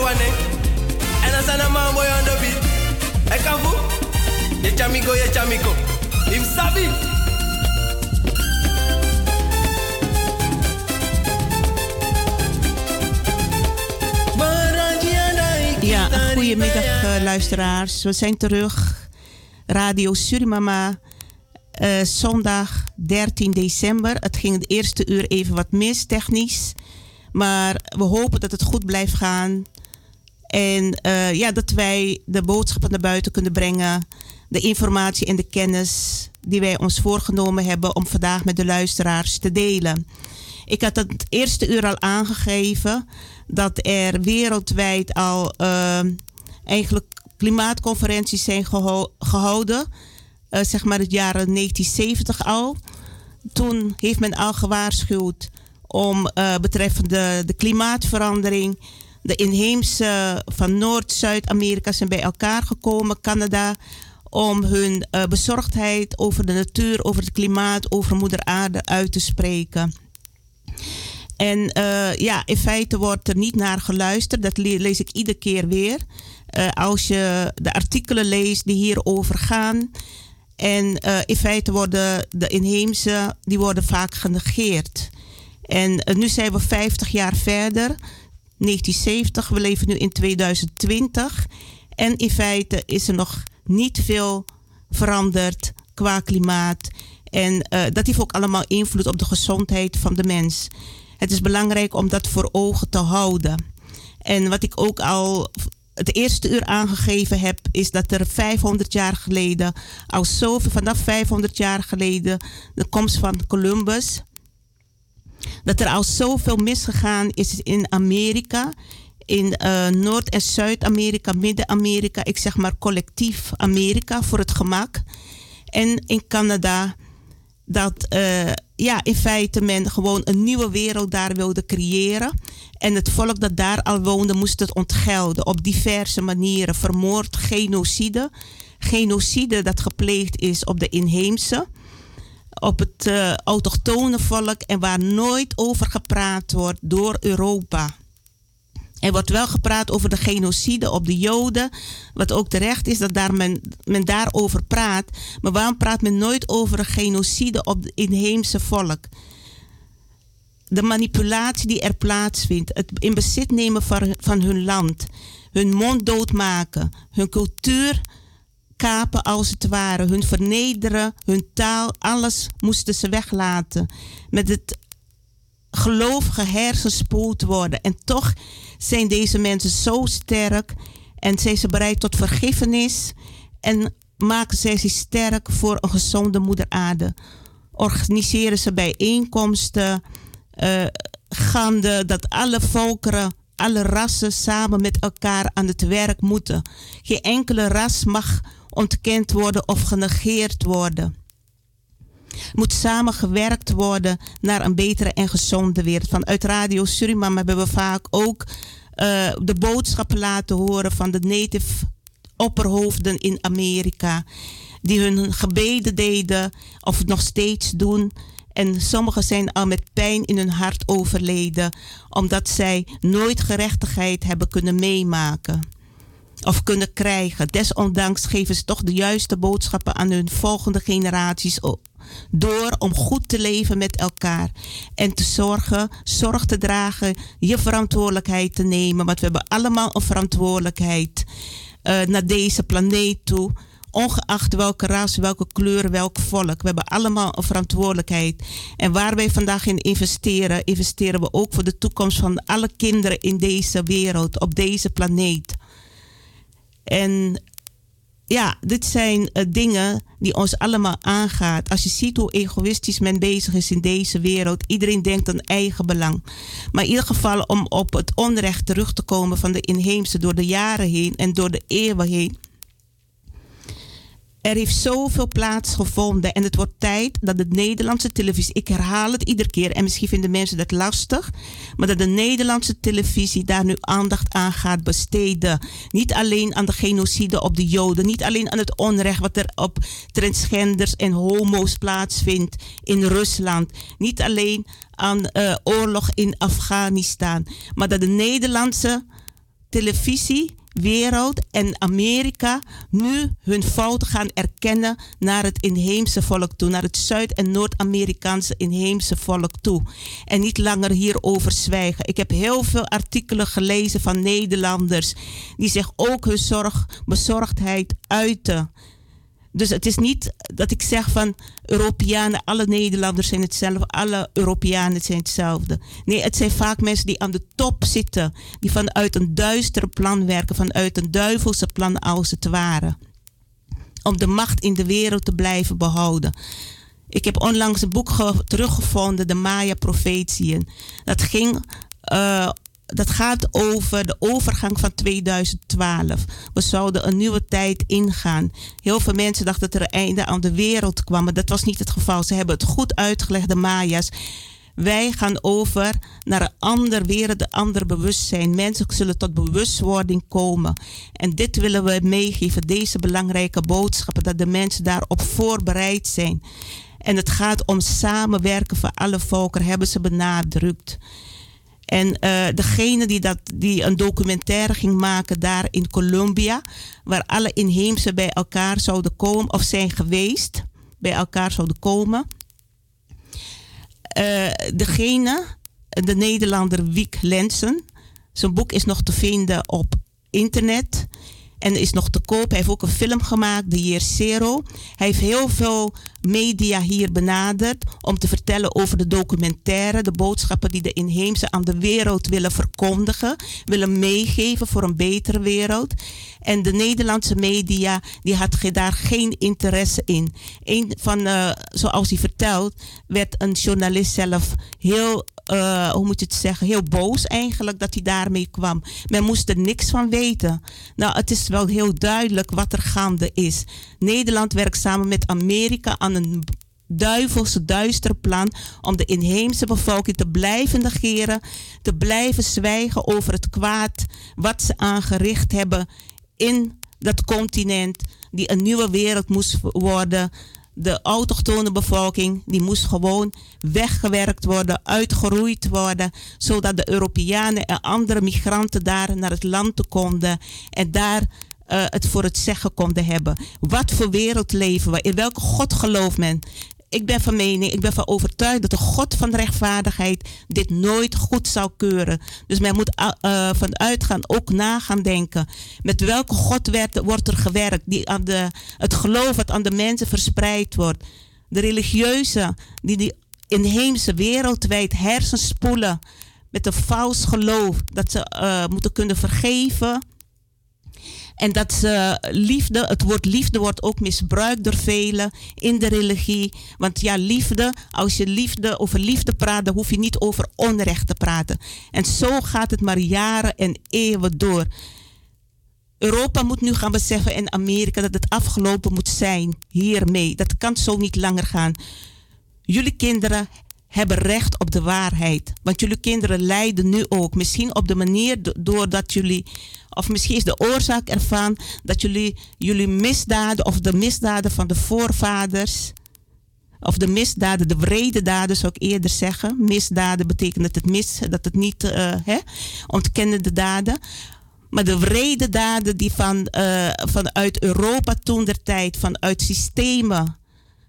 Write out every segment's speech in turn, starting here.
wane. En dan zijn man boy on the beat. Ik kan voelen. Je chamigo. If sabi. Ja, goedemiddag luisteraars. We zijn terug. Radio Surimama. Zondag 13 december. Het ging het eerste uur even wat mis, technisch. Maar we hopen dat het goed blijft gaan. En dat wij de boodschap naar buiten kunnen brengen. De informatie en de kennis die wij ons voorgenomen hebben om vandaag met de luisteraars te delen. Ik had het eerste uur al aangegeven dat er wereldwijd al eigenlijk klimaatconferenties zijn gehouden. Zeg maar het jaren 1970 al. Toen heeft men al gewaarschuwd om betreffende de klimaatverandering. De inheemse van Noord-Zuid-Amerika zijn bij elkaar gekomen, Canada, om hun bezorgdheid over de natuur, over het klimaat, over moeder aarde uit te spreken. En in feite wordt er niet naar geluisterd. Dat lees ik iedere keer weer. Als je de artikelen leest die hierover gaan. En in feite worden de inheemse, die worden vaak genegeerd. En nu zijn we 50 jaar verder. 1970, we leven nu in 2020. En in feite is er nog niet veel veranderd qua klimaat. En dat heeft ook allemaal invloed op de gezondheid van de mens. Het is belangrijk om dat voor ogen te houden. En wat ik ook al het eerste uur aangegeven heb, is dat er 500 jaar geleden, vanaf 500 jaar geleden, de komst van Columbus, dat er al zoveel misgegaan is in Amerika, in Noord- en Zuid-Amerika, Midden-Amerika, ik zeg maar collectief Amerika voor het gemak. En in Canada, dat in feite men gewoon een nieuwe wereld daar wilde creëren. En het volk dat daar al woonde moest het ontgelden op diverse manieren. Vermoord, genocide. Genocide dat gepleegd is op de inheemse, op het autochtone volk en waar nooit over gepraat wordt door Europa. Er wordt wel gepraat over de genocide op de Joden, wat ook terecht is dat men daarover praat. Maar waarom praat men nooit over een genocide op het inheemse volk? De manipulatie die er plaatsvindt, het in bezit nemen van hun land, hun mond doodmaken, hun cultuur kapen als het ware, hun vernederen, hun taal, alles moesten ze weglaten. Met het geloof gehersenspoeld worden. En toch zijn deze mensen zo sterk en zijn ze bereid tot vergiffenis en maken zij zich sterk voor een gezonde moeder aarde. Organiseren ze bijeenkomsten, gaande dat alle volkeren, alle rassen samen met elkaar aan het werk moeten. Geen enkele ras mag ontkend worden of genegeerd worden. Moet samengewerkt worden naar een betere en gezonde wereld. Vanuit Radio Surimame hebben we vaak ook de boodschappen laten horen van de native opperhoofden in Amerika. Die hun gebeden deden of het nog steeds doen. En sommigen zijn al met pijn in hun hart overleden. Omdat zij nooit gerechtigheid hebben kunnen meemaken. Of kunnen krijgen. Desondanks geven ze toch de juiste boodschappen aan hun volgende generaties door om goed te leven met elkaar. En te zorg te dragen, je verantwoordelijkheid te nemen. Want we hebben allemaal een verantwoordelijkheid naar deze planeet toe. Ongeacht welke ras, welke kleur, welk volk. We hebben allemaal een verantwoordelijkheid. En waar wij vandaag in investeren we ook voor de toekomst van alle kinderen in deze wereld, op deze planeet. En ja, dit zijn dingen die ons allemaal aangaat. Als je ziet hoe egoïstisch men bezig is in deze wereld. Iedereen denkt aan eigen belang. Maar in ieder geval om op het onrecht terug te komen van de inheemse door de jaren heen en door de eeuwen heen. Er heeft zoveel plaatsgevonden en het wordt tijd dat de Nederlandse televisie, ik herhaal het iedere keer en misschien vinden mensen dat lastig, maar dat de Nederlandse televisie daar nu aandacht aan gaat besteden. Niet alleen aan de genocide op de Joden, niet alleen aan het onrecht wat er op transgenders en homo's plaatsvindt in Rusland, niet alleen aan oorlog in Afghanistan, maar dat de Nederlandse televisiewereld en Amerika nu hun fouten gaan erkennen naar het inheemse volk toe, naar het Zuid- en Noord-Amerikaanse inheemse volk toe. En niet langer hierover zwijgen. Ik heb heel veel artikelen gelezen van Nederlanders die zich ook hun bezorgdheid uiten. Dus het is niet dat ik zeg van Europeanen, alle Nederlanders zijn hetzelfde, alle Europeanen zijn hetzelfde. Nee, het zijn vaak mensen die aan de top zitten, die vanuit een duister plan werken, vanuit een duivelse plan als het ware. Om de macht in de wereld te blijven behouden. Ik heb onlangs een boek teruggevonden, de Maya-profetieën. Dat gaat over de overgang van 2012. We zouden een nieuwe tijd ingaan. Heel veel mensen dachten dat er een einde aan de wereld kwam. Maar dat was niet het geval. Ze hebben het goed uitgelegd, de Maya's. Wij gaan over naar een andere wereld, een ander bewustzijn. Mensen zullen tot bewustwording komen. En dit willen we meegeven, deze belangrijke boodschappen. Dat de mensen daarop voorbereid zijn. En het gaat om samenwerken voor alle volken, hebben ze benadrukt. En degene die een documentaire ging maken daar in Colombia, waar alle inheemse bij elkaar zouden komen, of zijn geweest, bij elkaar zouden komen. De Nederlander Wiek Lensen, zijn boek is nog te vinden op internet en is nog te koop. Hij heeft ook een film gemaakt, The Year Zero. Hij heeft heel veel media hier benaderd om te vertellen over de documentaire, de boodschappen die de inheemse aan de wereld willen verkondigen, willen meegeven voor een betere wereld. En de Nederlandse media, die had daar geen interesse in. Zoals hij vertelt, werd een journalist zelf heel, heel boos eigenlijk dat hij daarmee kwam. Men moest er niks van weten. Nou, het is wel heel duidelijk wat er gaande is. Nederland werkt samen met Amerika aan een duister plan om de inheemse bevolking te blijven negeren, te blijven zwijgen over het kwaad wat ze aangericht hebben in dat continent, die een nieuwe wereld moest worden. De autochtone bevolking, die moest gewoon weggewerkt worden, uitgeroeid worden, zodat de Europeanen en andere migranten daar naar het land toe konden en daar het voor het zeggen konden hebben. Wat voor wereld leven we? In welke God gelooft men? Ik ben van mening, ik ben van overtuigd dat de God van de dit nooit goed zou keuren. Dus men moet vanuit gaan, ook na gaan denken. Met welke God wordt er gewerkt? Het geloof wat aan de mensen verspreid wordt. De religieuzen die inheemse wereldwijd hersenspoelen met een vals geloof. Dat ze moeten kunnen vergeven. En dat het woord liefde wordt ook misbruikt door velen in de religie. Want ja, als je over liefde praat, dan hoef je niet over onrecht te praten. En zo gaat het maar jaren en eeuwen door. Europa moet nu gaan beseffen en Amerika dat het afgelopen moet zijn hiermee. Dat kan zo niet langer gaan. Jullie kinderen hebben recht op de waarheid. Want jullie kinderen lijden nu ook. Misschien op de manier doordat jullie, of misschien is de oorzaak ervan dat jullie misdaden of de misdaden van de voorvaders, of de misdaden, de wrede daden zou ik eerder zeggen. Misdaden betekent dat het niet ontkennen de daden. Maar de wrede daden die vanuit Europa toentertijd, vanuit systemen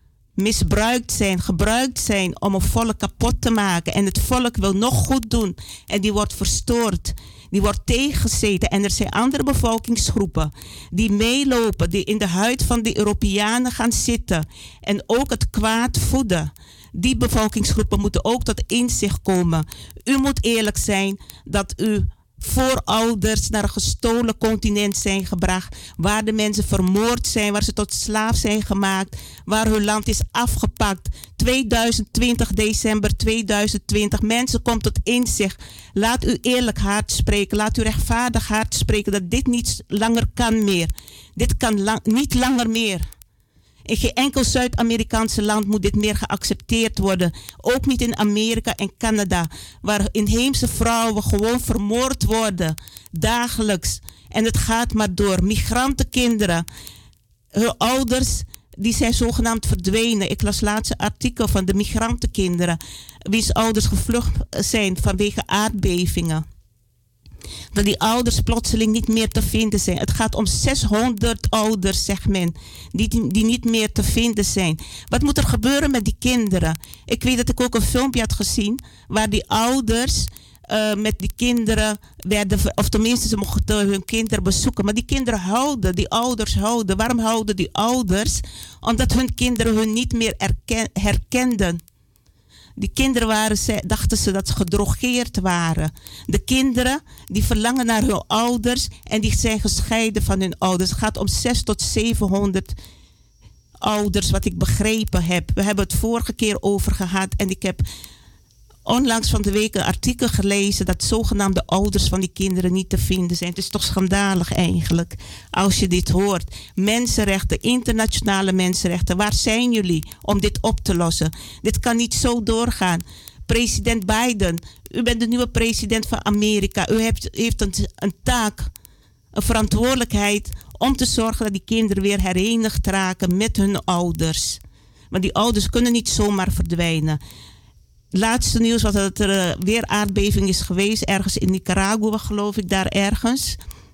gebruikt zijn om een volk kapot te maken. En het volk wil nog goed doen. En die wordt verstoord. Die wordt tegengezeten. En er zijn andere bevolkingsgroepen die meelopen, die in de huid van de Europeanen gaan zitten. En ook het kwaad voeden. Die bevolkingsgroepen moeten ook tot inzicht komen. U moet eerlijk zijn dat u voorouders naar een gestolen continent zijn gebracht, waar de mensen vermoord zijn, waar ze tot slaaf zijn gemaakt, waar hun land is afgepakt. 2020, december 2020. Mensen, komt tot inzicht. Laat uw eerlijk hart spreken. Laat uw rechtvaardig hart spreken dat dit niet langer kan meer. Dit kan niet langer meer. In geen enkel Zuid-Amerikaanse land moet dit meer geaccepteerd worden. Ook niet in Amerika en Canada, waar inheemse vrouwen gewoon vermoord worden. Dagelijks. En het gaat maar door. Migrantenkinderen. Hun ouders, die zijn zogenaamd verdwenen. Ik las laatst een artikel van de migrantenkinderen, wie's ouders gevlucht zijn vanwege aardbevingen. dat die ouders plotseling niet meer te vinden zijn. Het gaat om 600 ouders, zegt men, die niet meer te vinden zijn. Wat moet er gebeuren met die kinderen? Ik weet dat ik ook een filmpje had gezien waar die ouders met die kinderen werden, of tenminste ze mochten hun kinderen bezoeken. Maar die kinderen houden, die ouders houden. Waarom houden die ouders? Omdat hun kinderen hun niet meer herkenden. Die kinderen dachten ze dat ze gedrogeerd waren. De kinderen die verlangen naar hun ouders en die zijn gescheiden van hun ouders. Het gaat om 600 tot 700 ouders, wat ik begrepen heb. We hebben het vorige keer over gehad en ik heb onlangs van de week een artikel gelezen dat zogenaamde ouders van die kinderen niet te vinden zijn. Het is toch schandalig eigenlijk als je dit hoort. Mensenrechten, internationale mensenrechten, waar zijn jullie om dit op te lossen? Dit kan niet zo doorgaan. President Biden, u bent de nieuwe president van Amerika. U heeft een taak, een verantwoordelijkheid om te zorgen dat die kinderen weer herenigd raken met hun ouders. Want die ouders kunnen niet zomaar verdwijnen. Laatste nieuws was dat er weer aardbeving is geweest. Ergens in Nicaragua, geloof ik, daar ergens.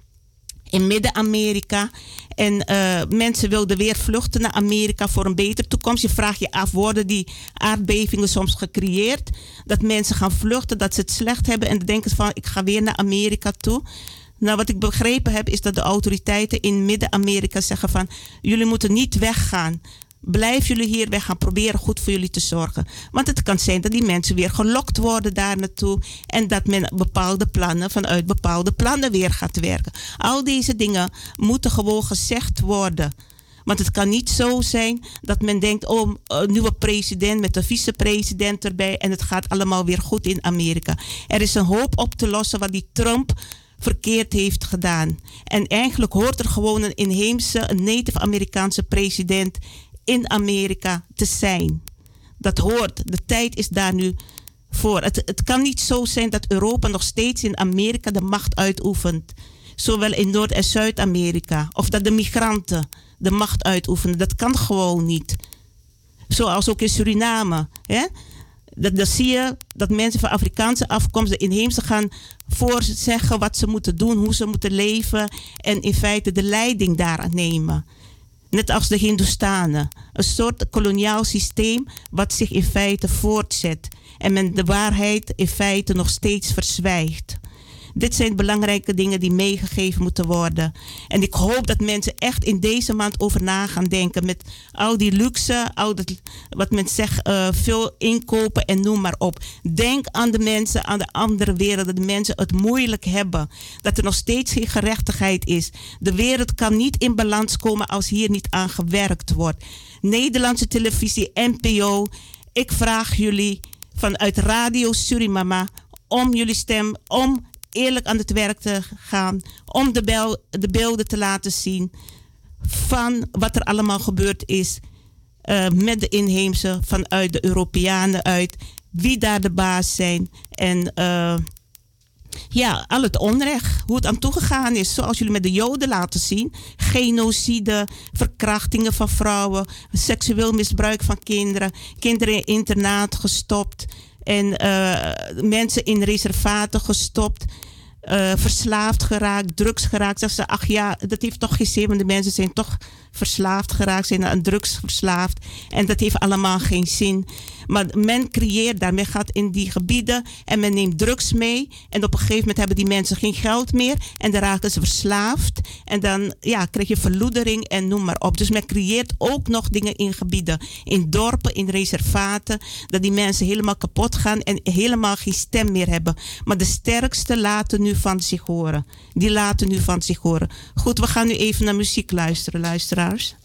In Midden-Amerika. En mensen wilden weer vluchten naar Amerika voor een betere toekomst. Je vraagt je af, worden die aardbevingen soms gecreëerd? Dat mensen gaan vluchten, dat ze het slecht hebben. En denken van, ik ga weer naar Amerika toe. Nou, wat ik begrepen heb, is dat de autoriteiten in Midden-Amerika zeggen van, jullie moeten niet weggaan. Blijf jullie hier, wij gaan proberen goed voor jullie te zorgen. Want het kan zijn dat die mensen weer gelokt worden daar naartoe. En dat men vanuit bepaalde plannen weer gaat werken. Al deze dingen moeten gewoon gezegd worden. Want het kan niet zo zijn dat men denkt, oh, een nieuwe president met een vicepresident erbij. En het gaat allemaal weer goed in Amerika. Er is een hoop op te lossen wat die Trump verkeerd heeft gedaan. En eigenlijk hoort er gewoon een inheemse, een native Amerikaanse president in Amerika te zijn. Dat hoort. De tijd is daar nu voor. Het kan niet zo zijn dat Europa nog steeds in Amerika de macht uitoefent. Zowel in Noord- en Zuid-Amerika. Of dat de migranten de macht uitoefenen. Dat kan gewoon niet. Zoals ook in Suriname. Hè? Dan zie je dat mensen van Afrikaanse afkomst, de inheemse, gaan voorzeggen wat ze moeten doen, hoe ze moeten leven. En in feite de leiding daar nemen. Net als de Hindoestanen. Een soort koloniaal systeem wat zich in feite voortzet. En men de waarheid in feite nog steeds verzwijgt. Dit zijn belangrijke dingen die meegegeven moeten worden. En ik hoop dat mensen echt in deze maand over na gaan denken. Met al die luxe, al dat, wat men zegt, veel inkopen en noem maar op. Denk aan de mensen, aan de andere wereld. Dat de mensen het moeilijk hebben. Dat er nog steeds geen gerechtigheid is. De wereld kan niet in balans komen als hier niet aan gewerkt wordt. Nederlandse televisie, NPO. Ik vraag jullie vanuit Radio Surimama om jullie stem, om eerlijk aan het werk te gaan, om de beelden te laten zien van wat er allemaal gebeurd is met de inheemse, vanuit de Europeanen uit, wie daar de baas zijn en al het onrecht, hoe het aan toegegaan is, zoals jullie met de Joden laten zien, genocide, verkrachtingen van vrouwen, seksueel misbruik van kinderen, kinderen in internaat gestopt. En mensen in reservaten gestopt, verslaafd geraakt, drugs geraakt. Zeggen ze, ach ja, dat heeft toch geen zin, want de mensen zijn toch verslaafd geraakt, zijn aan drugs verslaafd. En dat heeft allemaal geen zin. Maar men creëert daar, men gaat in die gebieden en men neemt drugs mee. En op een gegeven moment hebben die mensen geen geld meer. En dan raken ze verslaafd. En dan krijg je verloedering en noem maar op. Dus men creëert ook nog dingen in gebieden. In dorpen, in reservaten. Dat die mensen helemaal kapot gaan en helemaal geen stem meer hebben. Maar de sterkste laten nu van zich horen. Die laten nu van zich horen. Goed, we gaan nu even naar muziek luisteren, luisteraars.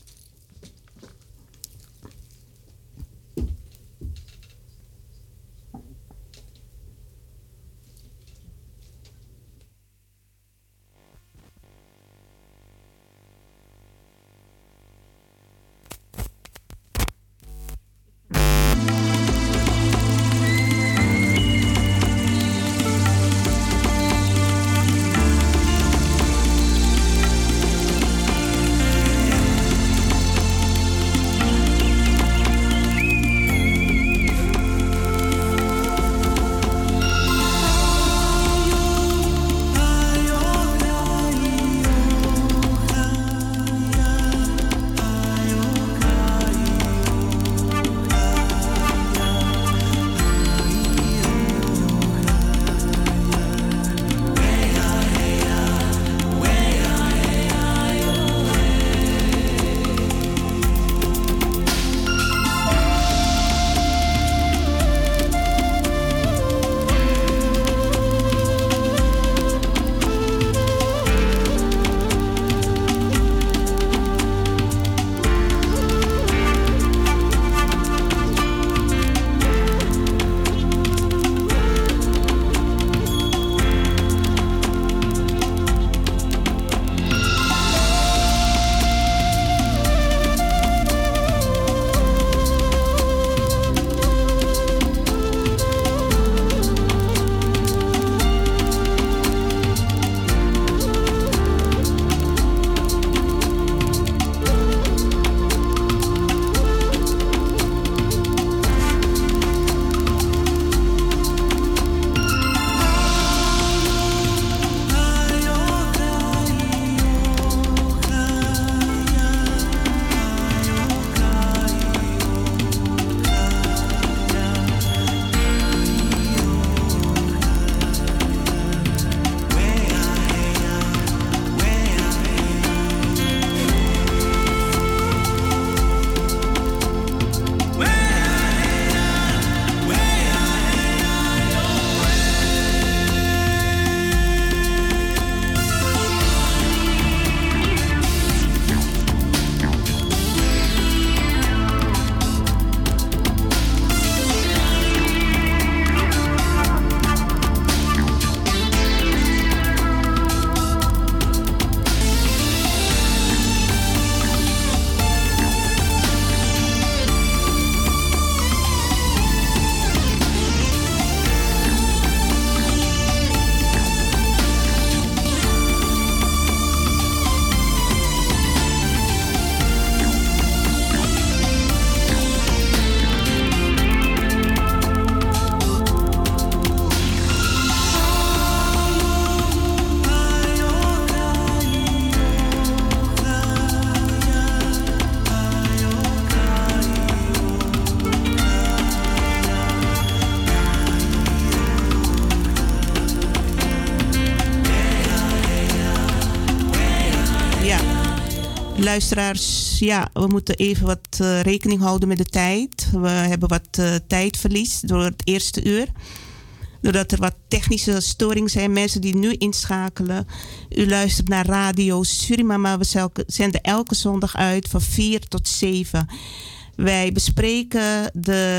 Luisteraars, ja, we moeten even wat rekening houden met de tijd. We hebben wat tijdverlies door het eerste uur. Doordat er wat technische storingen zijn. Mensen die nu inschakelen. U luistert naar Radio Surimama. We zenden elke zondag uit van 4 tot 7. Wij bespreken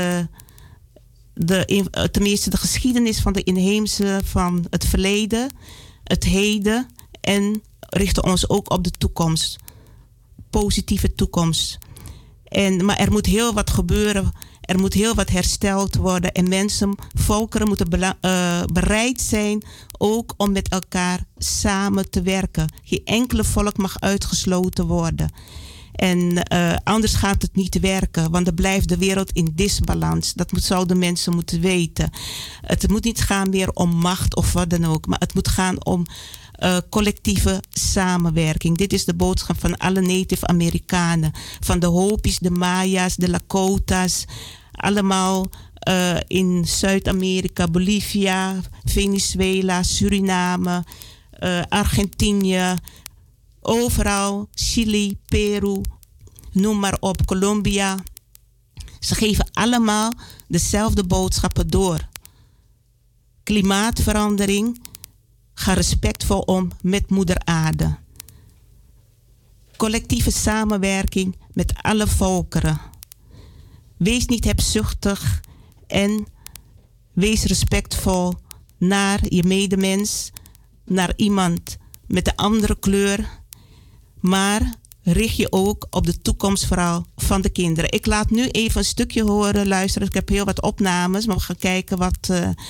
tenminste de geschiedenis van de inheemse, van het verleden, het heden en richten ons ook op de toekomst. Positieve toekomst. Maar er moet heel wat gebeuren. Er moet heel wat hersteld worden. En mensen, volkeren moeten bereid zijn ook om met elkaar samen te werken. Geen enkele volk mag uitgesloten worden. En anders gaat het niet werken. Want dan blijft de wereld in disbalans. Dat zouden mensen moeten weten. Het moet niet gaan meer om macht of wat dan ook. Maar het moet gaan om collectieve samenwerking. Dit is de boodschap van alle Native Amerikanen. Van de Hopis, de Maya's, de Lakota's. Allemaal in Zuid-Amerika, Bolivia, Venezuela, Suriname, Argentinië. Overal, Chili, Peru, noem maar op, Colombia. Ze geven allemaal dezelfde boodschappen door. Klimaatverandering. Ga respectvol om met moeder aarde. Collectieve samenwerking met alle volkeren. Wees niet hebzuchtig en wees respectvol naar je medemens, naar iemand met een andere kleur. Maar richt je ook op de toekomst vooral van de kinderen. Ik laat nu even een stukje horen, luisteren. Ik heb heel wat opnames, maar we gaan kijken wat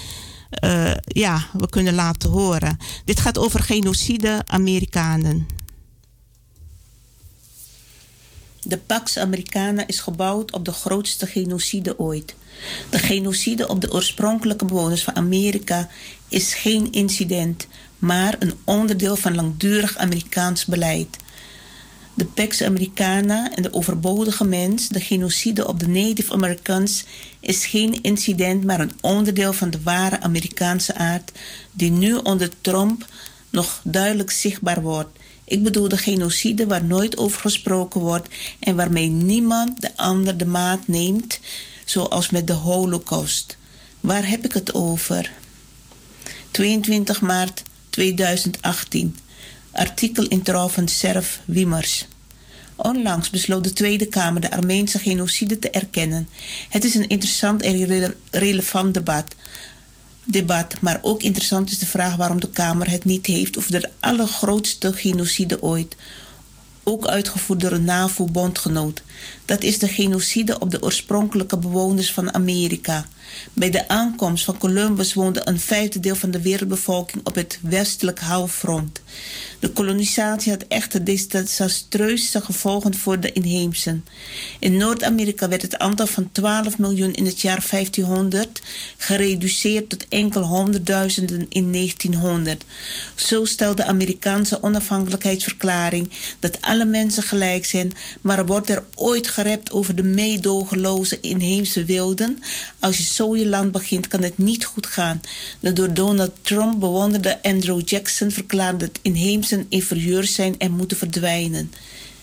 we kunnen laten horen. Dit gaat over genocide Amerikanen. De Pax Americana is gebouwd op de grootste genocide ooit. De genocide op de oorspronkelijke bewoners van Amerika is geen incident, maar een onderdeel van langdurig Amerikaans beleid. De Pax Americana en de overbodige mens, de genocide op de Native Americans, is geen incident, maar een onderdeel van de ware Amerikaanse aard, die nu onder Trump nog duidelijk zichtbaar wordt. Ik bedoel de genocide waar nooit over gesproken wordt en waarmee niemand de ander de maat neemt, zoals met de Holocaust. Waar heb ik het over? 22 maart 2018. Artikel in trouw van Serf Wiemers. Onlangs besloot de Tweede Kamer de Armeense genocide te erkennen. Het is een interessant en relevant debat, maar ook interessant is de vraag waarom de Kamer het niet heeft over de allergrootste genocide ooit, ook uitgevoerd door een NAVO-bondgenoot. Dat is de genocide op de oorspronkelijke bewoners van Amerika. Bij de aankomst van Columbus woonde een vijfde deel van de wereldbevolking op het westelijk halfrond. De kolonisatie had echter desastreuze gevolgen voor de inheemsen. In Noord-Amerika werd het aantal van 12 miljoen in het jaar 1500 gereduceerd tot enkele honderdduizenden in 1900. Zo stelde de Amerikaanse onafhankelijkheidsverklaring dat alle mensen gelijk zijn, maar wordt er ooit gerept over de meedogenloze inheemse wilden? Als je zo je land begint, kan het niet goed gaan. De door Donald Trump bewonderde Andrew Jackson verklaarde dat inheemsen inferieur zijn en moeten verdwijnen.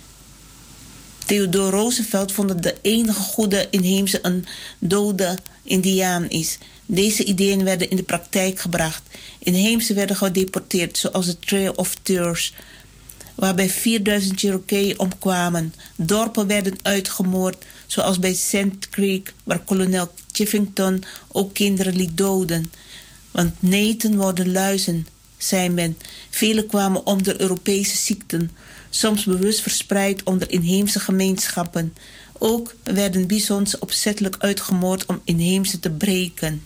Theodore Roosevelt vond dat de enige goede inheemse een dode Indiaan is. Deze ideeën werden in de praktijk gebracht. Inheemse werden gedeporteerd, zoals de Trail of Tears, waarbij 4000 Cherokee omkwamen. Dorpen werden uitgemoord, zoals bij Sand Creek, waar kolonel Chivington ook kinderen liet doden. Want neten worden luizen, zei men. Velen kwamen om door Europese ziekten, soms bewust verspreid onder inheemse gemeenschappen. Ook werden bisons opzettelijk uitgemoord om inheemse te breken.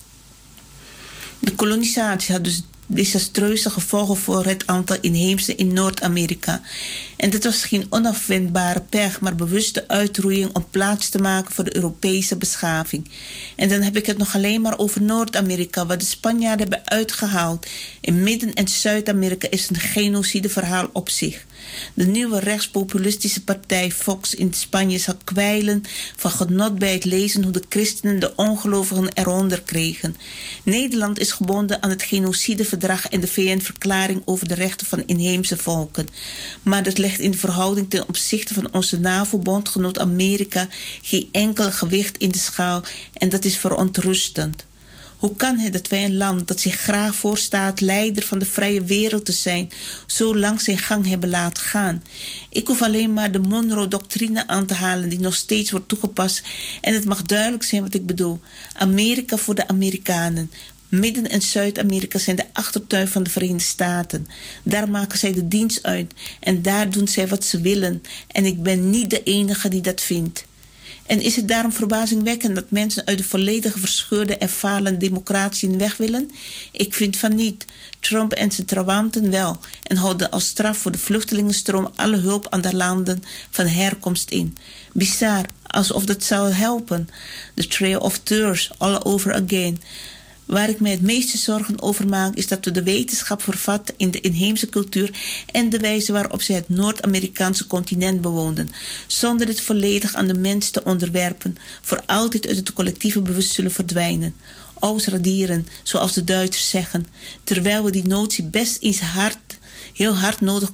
De kolonisatie had dus desastreuze gevolgen voor het aantal inheemse in Noord-Amerika. En dit was geen onafwendbare pech, maar bewuste uitroeiing om plaats te maken voor de Europese beschaving. En dan heb ik het nog alleen maar over Noord-Amerika, wat de Spanjaarden hebben uitgehaald. In Midden- en Zuid-Amerika is een genocideverhaal op zich. De nieuwe rechtspopulistische partij Vox in Spanje zal kwijlen van genot bij het lezen hoe de christenen de ongelovigen eronder kregen. Nederland is gebonden aan het genocideverdrag en de VN-verklaring over de rechten van inheemse volken. Maar dat legt legt in de verhouding ten opzichte van onze NAVO-bondgenoot Amerika geen enkel gewicht in de schaal en dat is verontrustend. Hoe kan het dat wij een land dat zich graag voorstaat leider van de vrije wereld te zijn, zo lang zijn gang hebben laten gaan? Ik hoef alleen maar de Monroe-doctrine aan te halen die nog steeds wordt toegepast en het mag duidelijk zijn wat ik bedoel. Amerika voor de Amerikanen. Midden- en Zuid-Amerika zijn de achtertuin van de Verenigde Staten. Daar maken zij de dienst uit en daar doen zij wat ze willen. En ik ben niet de enige die dat vindt. En is het daarom verbazingwekkend dat mensen uit de volledige verscheurde en falende democratie weg willen? Ik vind van niet. Trump en zijn trawanten wel en houden als straf voor de vluchtelingenstroom alle hulp aan de landen van herkomst in. Bizar, alsof dat zou helpen. The Trail of Tears, all over again. Waar ik mij het meeste zorgen over maak is dat we de wetenschap vervatten in de inheemse cultuur en de wijze waarop zij het Noord-Amerikaanse continent bewoonden, zonder het volledig aan de mens te onderwerpen, voor altijd uit het collectieve bewust zullen verdwijnen. Ausradieren, zoals de Duitsers zeggen, terwijl we die notie best eens heel hard nodig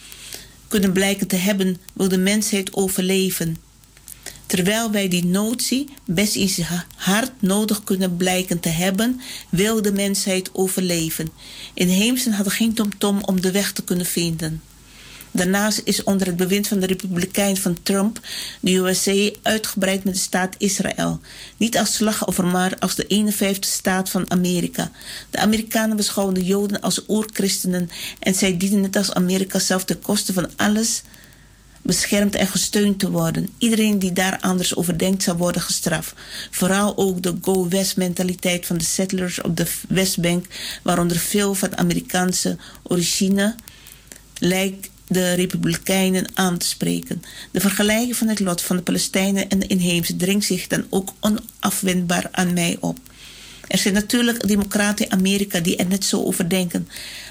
kunnen blijken te hebben, wil de mensheid overleven. Terwijl wij die notie best eens hard nodig kunnen blijken te hebben, wil de mensheid overleven. Inheemsen hadden geen tomtom om de weg te kunnen vinden. Daarnaast is onder het bewind van de Republikein van Trump de USA uitgebreid met de staat Israël. Niet als slachtoffer, maar als de 51ste staat van Amerika. De Amerikanen beschouwen de Joden als oerchristenen en zij dienen net als Amerika zelf ten koste van alles beschermd en gesteund te worden. Iedereen die daar anders over denkt zal worden gestraft. Vooral ook de go-west mentaliteit van de settlers op de Westbank, waaronder veel van Amerikaanse origine, lijkt de Republikeinen aan te spreken. De vergelijking van het lot van de Palestijnen en de inheemse dringt zich dan ook onafwendbaar aan mij op. Er zijn natuurlijk democraten in Amerika die er net zo over denken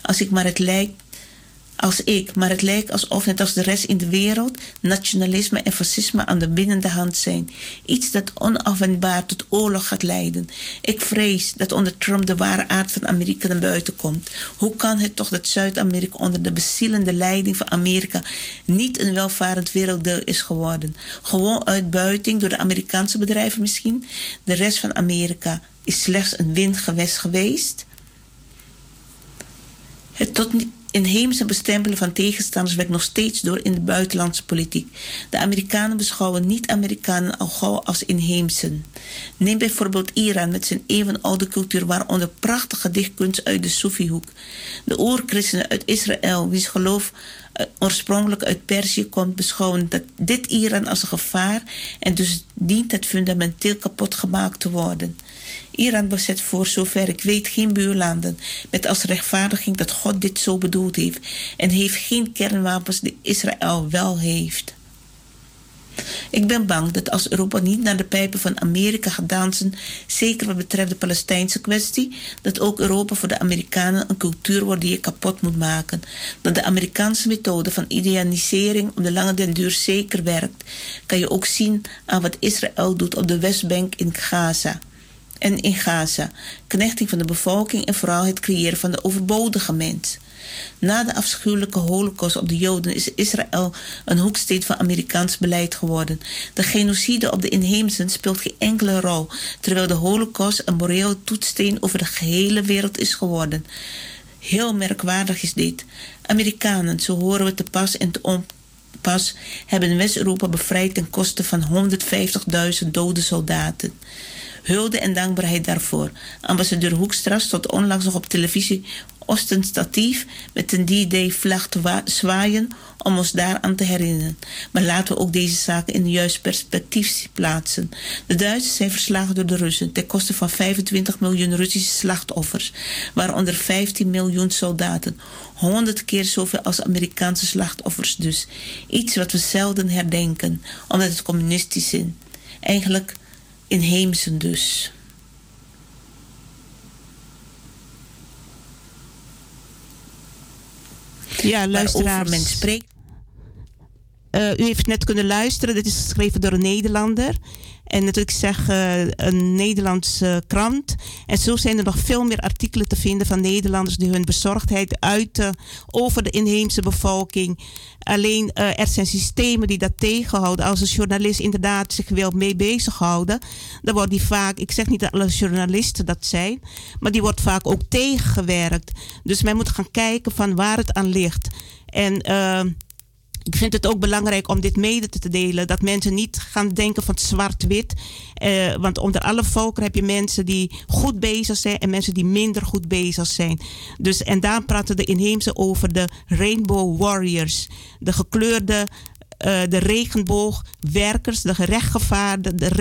maar het lijkt alsof, net als de rest in de wereld, nationalisme en fascisme aan de winnende hand zijn. Iets dat onafwendbaar tot oorlog gaat leiden. Ik vrees dat onder Trump de ware aard van Amerika naar buiten komt. Hoe kan het toch dat Zuid-Amerika onder de bezielende leiding van Amerika niet een welvarend werelddeel is geworden? Gewoon uitbuiting door de Amerikaanse bedrijven misschien? De rest van Amerika is slechts een windgewest geweest? Het tot inheemse bestempelen van tegenstanders werkt nog steeds door in de buitenlandse politiek. De Amerikanen beschouwen niet-Amerikanen al gauw als inheemsen. Neem bijvoorbeeld Iran met zijn eeuwenoude cultuur, waaronder prachtige dichtkunst uit de Soefihoek. De oerchristenen uit Israël, wie's geloof oorspronkelijk uit Perzië komt, beschouwen dit Iran als een gevaar en dus dient het fundamenteel kapot gemaakt te worden. Iran bezet voor zover ik weet geen buurlanden, met als rechtvaardiging dat God dit zo bedoeld heeft en heeft geen kernwapens die Israël wel heeft. Ik ben bang dat als Europa niet naar de pijpen van Amerika gaat dansen, zeker wat betreft de Palestijnse kwestie, dat ook Europa voor de Amerikanen een cultuur wordt die je kapot moet maken. Dat de Amerikaanse methode van idealisering op de lange den duur zeker werkt, kan je ook zien aan wat Israël doet op de Westbank in Gaza. Knechting van de bevolking en vooral het creëren van de overbodige mens. Na de afschuwelijke holocaust op de Joden is Israël een hoeksteen van Amerikaans beleid geworden. De genocide op de inheemsen speelt geen enkele rol, terwijl de holocaust een moreel toetssteen over de gehele wereld is geworden. Heel merkwaardig is dit. Amerikanen, zo horen we te pas en te onpas, hebben West-Europa bevrijd ten koste van 150.000 dode soldaten. Hulde en dankbaarheid daarvoor. Ambassadeur Hoekstra stond onlangs nog op televisie ostentatief met een D-Day-vlag te zwaaien om ons daaraan te herinneren. Maar laten we ook deze zaken in de juiste perspectief plaatsen. De Duitsers zijn verslagen door de Russen ten koste van 25 miljoen Russische slachtoffers, waaronder 15 miljoen soldaten. 100 keer zoveel als Amerikaanse slachtoffers dus. Iets wat we zelden herdenken, omdat het communistisch is. Eigenlijk inheemsen dus. Ja, luisteraars. Men spreekt. U heeft net kunnen luisteren. Dit is geschreven door een Nederlander. En natuurlijk zeg een Nederlandse krant. En zo zijn er nog veel meer artikelen te vinden van Nederlanders die hun bezorgdheid uiten over de inheemse bevolking. Alleen er zijn systemen die dat tegenhouden. Als een journalist inderdaad zich wil mee bezighouden, dan wordt die vaak, ik zeg niet dat alle journalisten dat zijn, maar die wordt vaak ook tegengewerkt. Dus men moet gaan kijken van waar het aan ligt. En ik vind het ook belangrijk om dit mede te delen. Dat mensen niet gaan denken van zwart-wit. Want onder alle volkeren heb je mensen die goed bezig zijn en mensen die minder goed bezig zijn. Dus, en daar praten de inheemse over de Rainbow Warriors. De gekleurde, de regenboogwerkers, de rechtgevaarden, de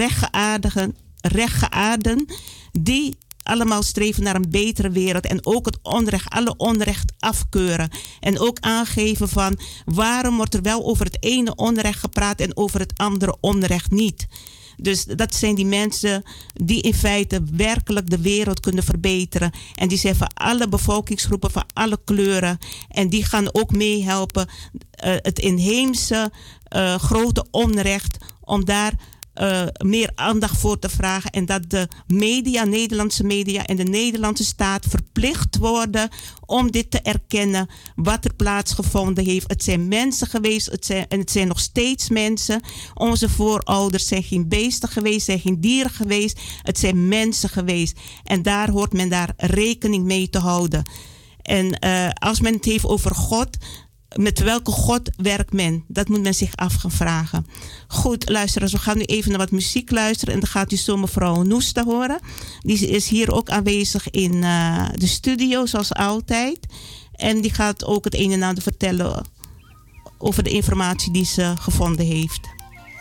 rechtgeaarden, die allemaal streven naar een betere wereld. En ook het onrecht, alle onrecht afkeuren. En ook aangeven van waarom wordt er wel over het ene onrecht gepraat en over het andere onrecht niet. Dus dat zijn die mensen die in feite werkelijk de wereld kunnen verbeteren. En die zijn van alle bevolkingsgroepen, van alle kleuren. En die gaan ook meehelpen het inheemse grote onrecht, om daar meer aandacht voor te vragen. En dat de media, Nederlandse media en de Nederlandse staat verplicht worden om dit te erkennen wat er plaatsgevonden heeft. Het zijn mensen geweest en het zijn nog steeds mensen. Onze voorouders zijn geen beesten geweest, zijn geen dieren geweest. Het zijn mensen geweest. En daar hoort men daar rekening mee te houden. En als men het heeft over God, met welke God werkt men? Dat moet men zich af gaan vragen. Goed, luisteraars, we gaan nu even naar wat muziek luisteren. En dan gaat u zo mevrouw Noesta horen. Die is hier ook aanwezig in de studio, zoals altijd. En die gaat ook het een en ander vertellen over de informatie die ze gevonden heeft.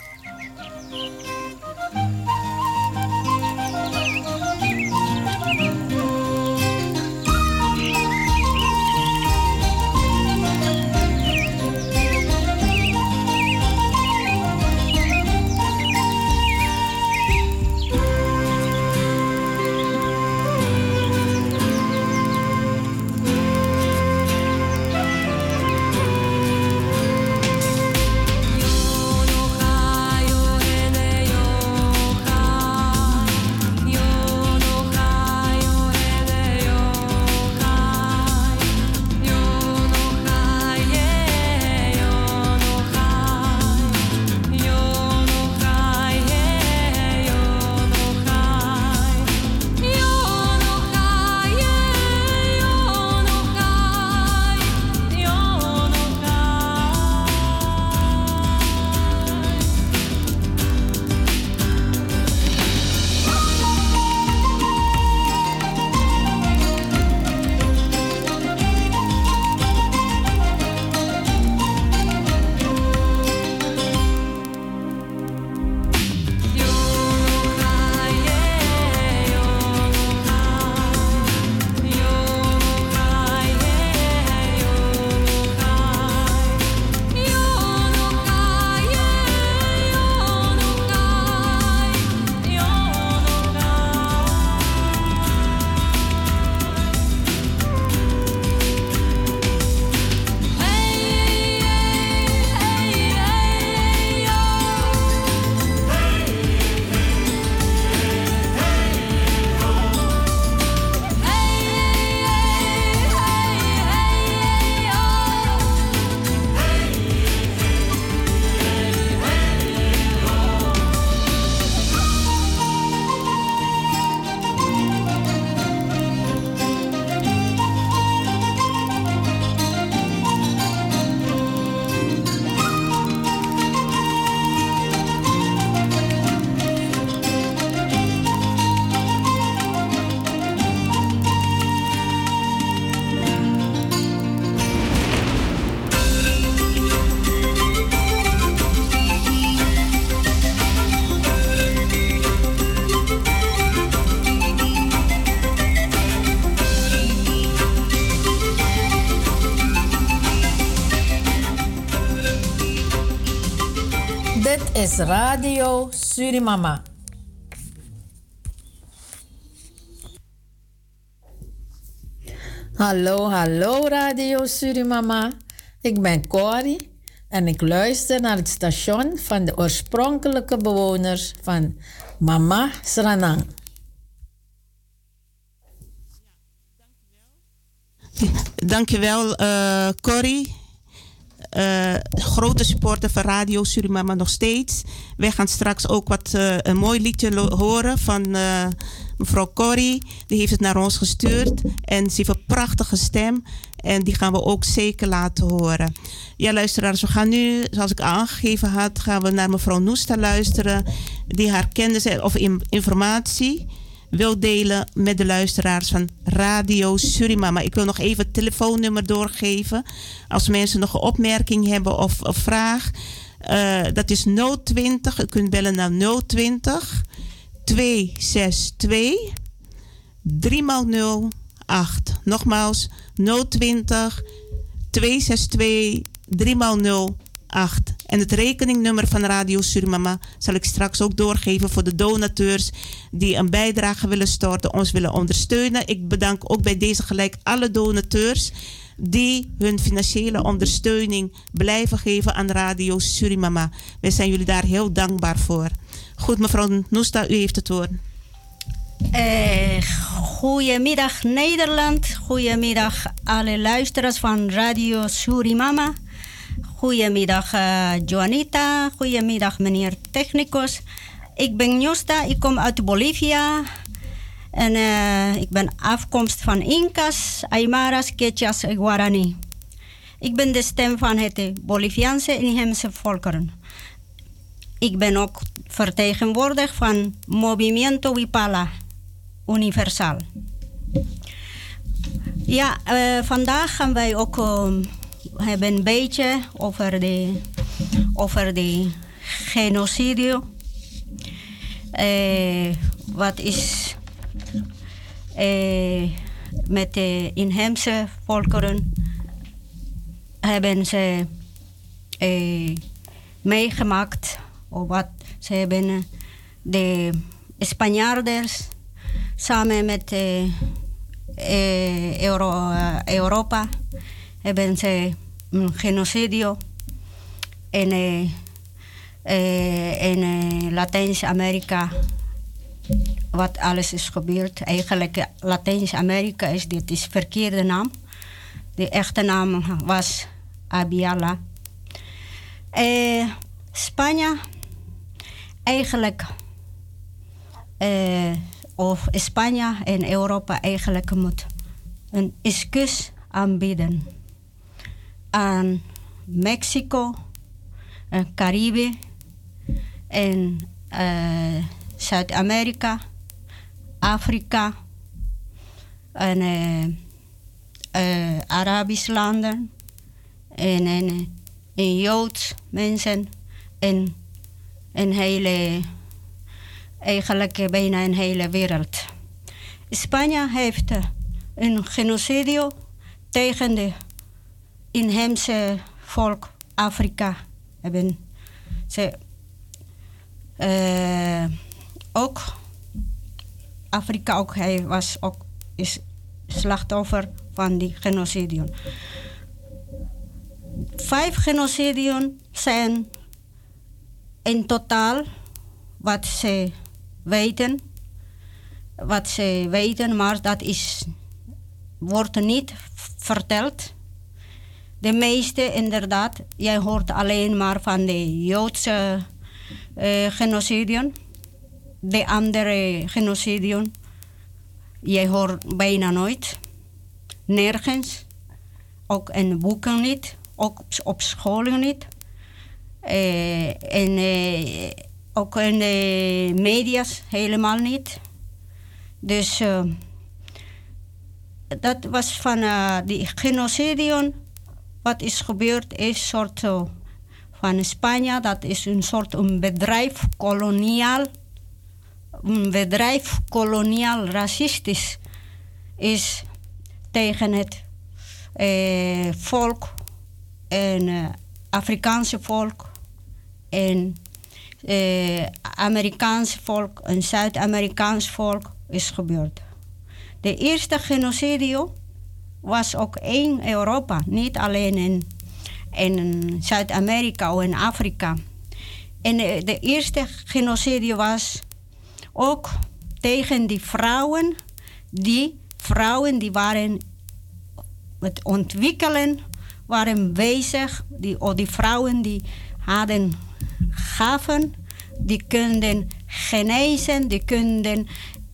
is Radio Surimama. Hallo, hallo Radio Surimama. Ik ben Corrie, En ik luister naar het station van de oorspronkelijke bewoners van Mama Sranang. Dankjewel, Corrie. Grote supporter van Radio Surimama nog steeds. Wij gaan straks ook een mooi liedje horen van mevrouw Corrie. Die heeft het naar ons gestuurd. En ze heeft een prachtige stem. En die gaan we ook zeker laten horen. Ja, luisteraars, we gaan nu, zoals ik aangegeven had, gaan we naar mevrouw Noesta luisteren. Die haar kennis of informatie wil delen met de luisteraars van Radio Surimama. Ik wil nog even het telefoonnummer doorgeven. Als mensen nog een opmerking hebben of een vraag. Dat is 020. U kunt bellen naar 020 262 3x08. Nogmaals 020 262 3x08. En het rekeningnummer van Radio Surimama zal ik straks ook doorgeven voor de donateurs die een bijdrage willen storten, ons willen ondersteunen. Ik bedank ook bij deze gelijk alle donateurs die hun financiële ondersteuning blijven geven aan Radio Surimama. Wij zijn jullie daar heel dankbaar voor. Goed, mevrouw Noesta, u heeft het woord. Goedemiddag Nederland. Goedemiddag alle luisteraars van Radio Surimama. Goedemiddag Joanita. Goedemiddag meneer Technicus. Ik ben Noesta. Ik kom uit Bolivia. En ik ben afkomst van Incas, Aymaras, Quechas en Guarani. Ik ben de stem van het Boliviaanse inheemse volkeren. Ik ben ook vertegenwoordiger van Movimiento Wipala Universal. Ja, vandaag gaan wij ook hebben een beetje over de genocide. Wat is met de inheemse volkeren hebben ze meegemaakt. Of wat ze hebben de Spanjaarders samen met Europa hebben ze een genocide in Latijns-Amerika. Wat alles is gebeurd. Eigenlijk Latijns-Amerika is dit is verkeerde naam. De echte naam was Abiala. Spanje eigenlijk of Spanje en Europa eigenlijk moet een excuus aanbieden aan Mexico, Caribe en Zuid-Amerika, Afrika en Arabische landen en Joods mensen en een hele, eigenlijk bijna een hele wereld. Spanje heeft een genocide tegen de inheemse volk Afrika. Hebben ze ook Afrika ook, hij was ook is slachtoffer van die genocide. 5 genociden zijn in totaal wat ze weten, maar dat wordt niet verteld. De meeste inderdaad, jij hoort alleen maar van de Joodse genociden. De andere genociden, jij hoort bijna nooit. Nergens. Ook in boeken niet. Ook op scholen niet. Ook in de media's helemaal niet. Dus dat was van die genocide. Wat is gebeurd is een soort van Spanje. Dat is een soort een bedrijf koloniaal racistisch is tegen het volk en Afrikaanse volk en Amerikaanse volk en Zuid-Amerikaans volk is gebeurd. De eerste genocide was ook in Europa, niet alleen in Zuid-Amerika of in Afrika. En de eerste genocide was ook tegen die vrouwen. Die vrouwen die waren met ontwikkelen, waren bezig. Die vrouwen die hadden gaven, die konden genezen, die konden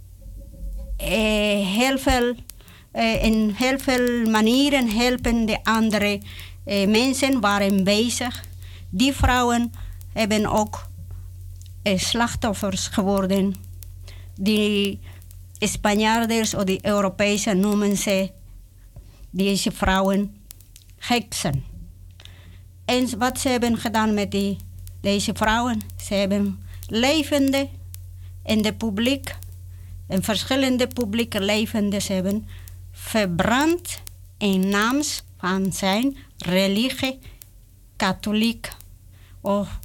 in heel veel manieren helpen. De andere mensen waren bezig. Die vrouwen hebben ook slachtoffers geworden. Die Spanjaarders of die Europezen noemen ze deze vrouwen heksen. En wat ze hebben gedaan met deze vrouwen? Ze hebben levende in de publiek, in verschillende publieke levenden, ze hebben verbrand in naam van zijn religie, katholiek, of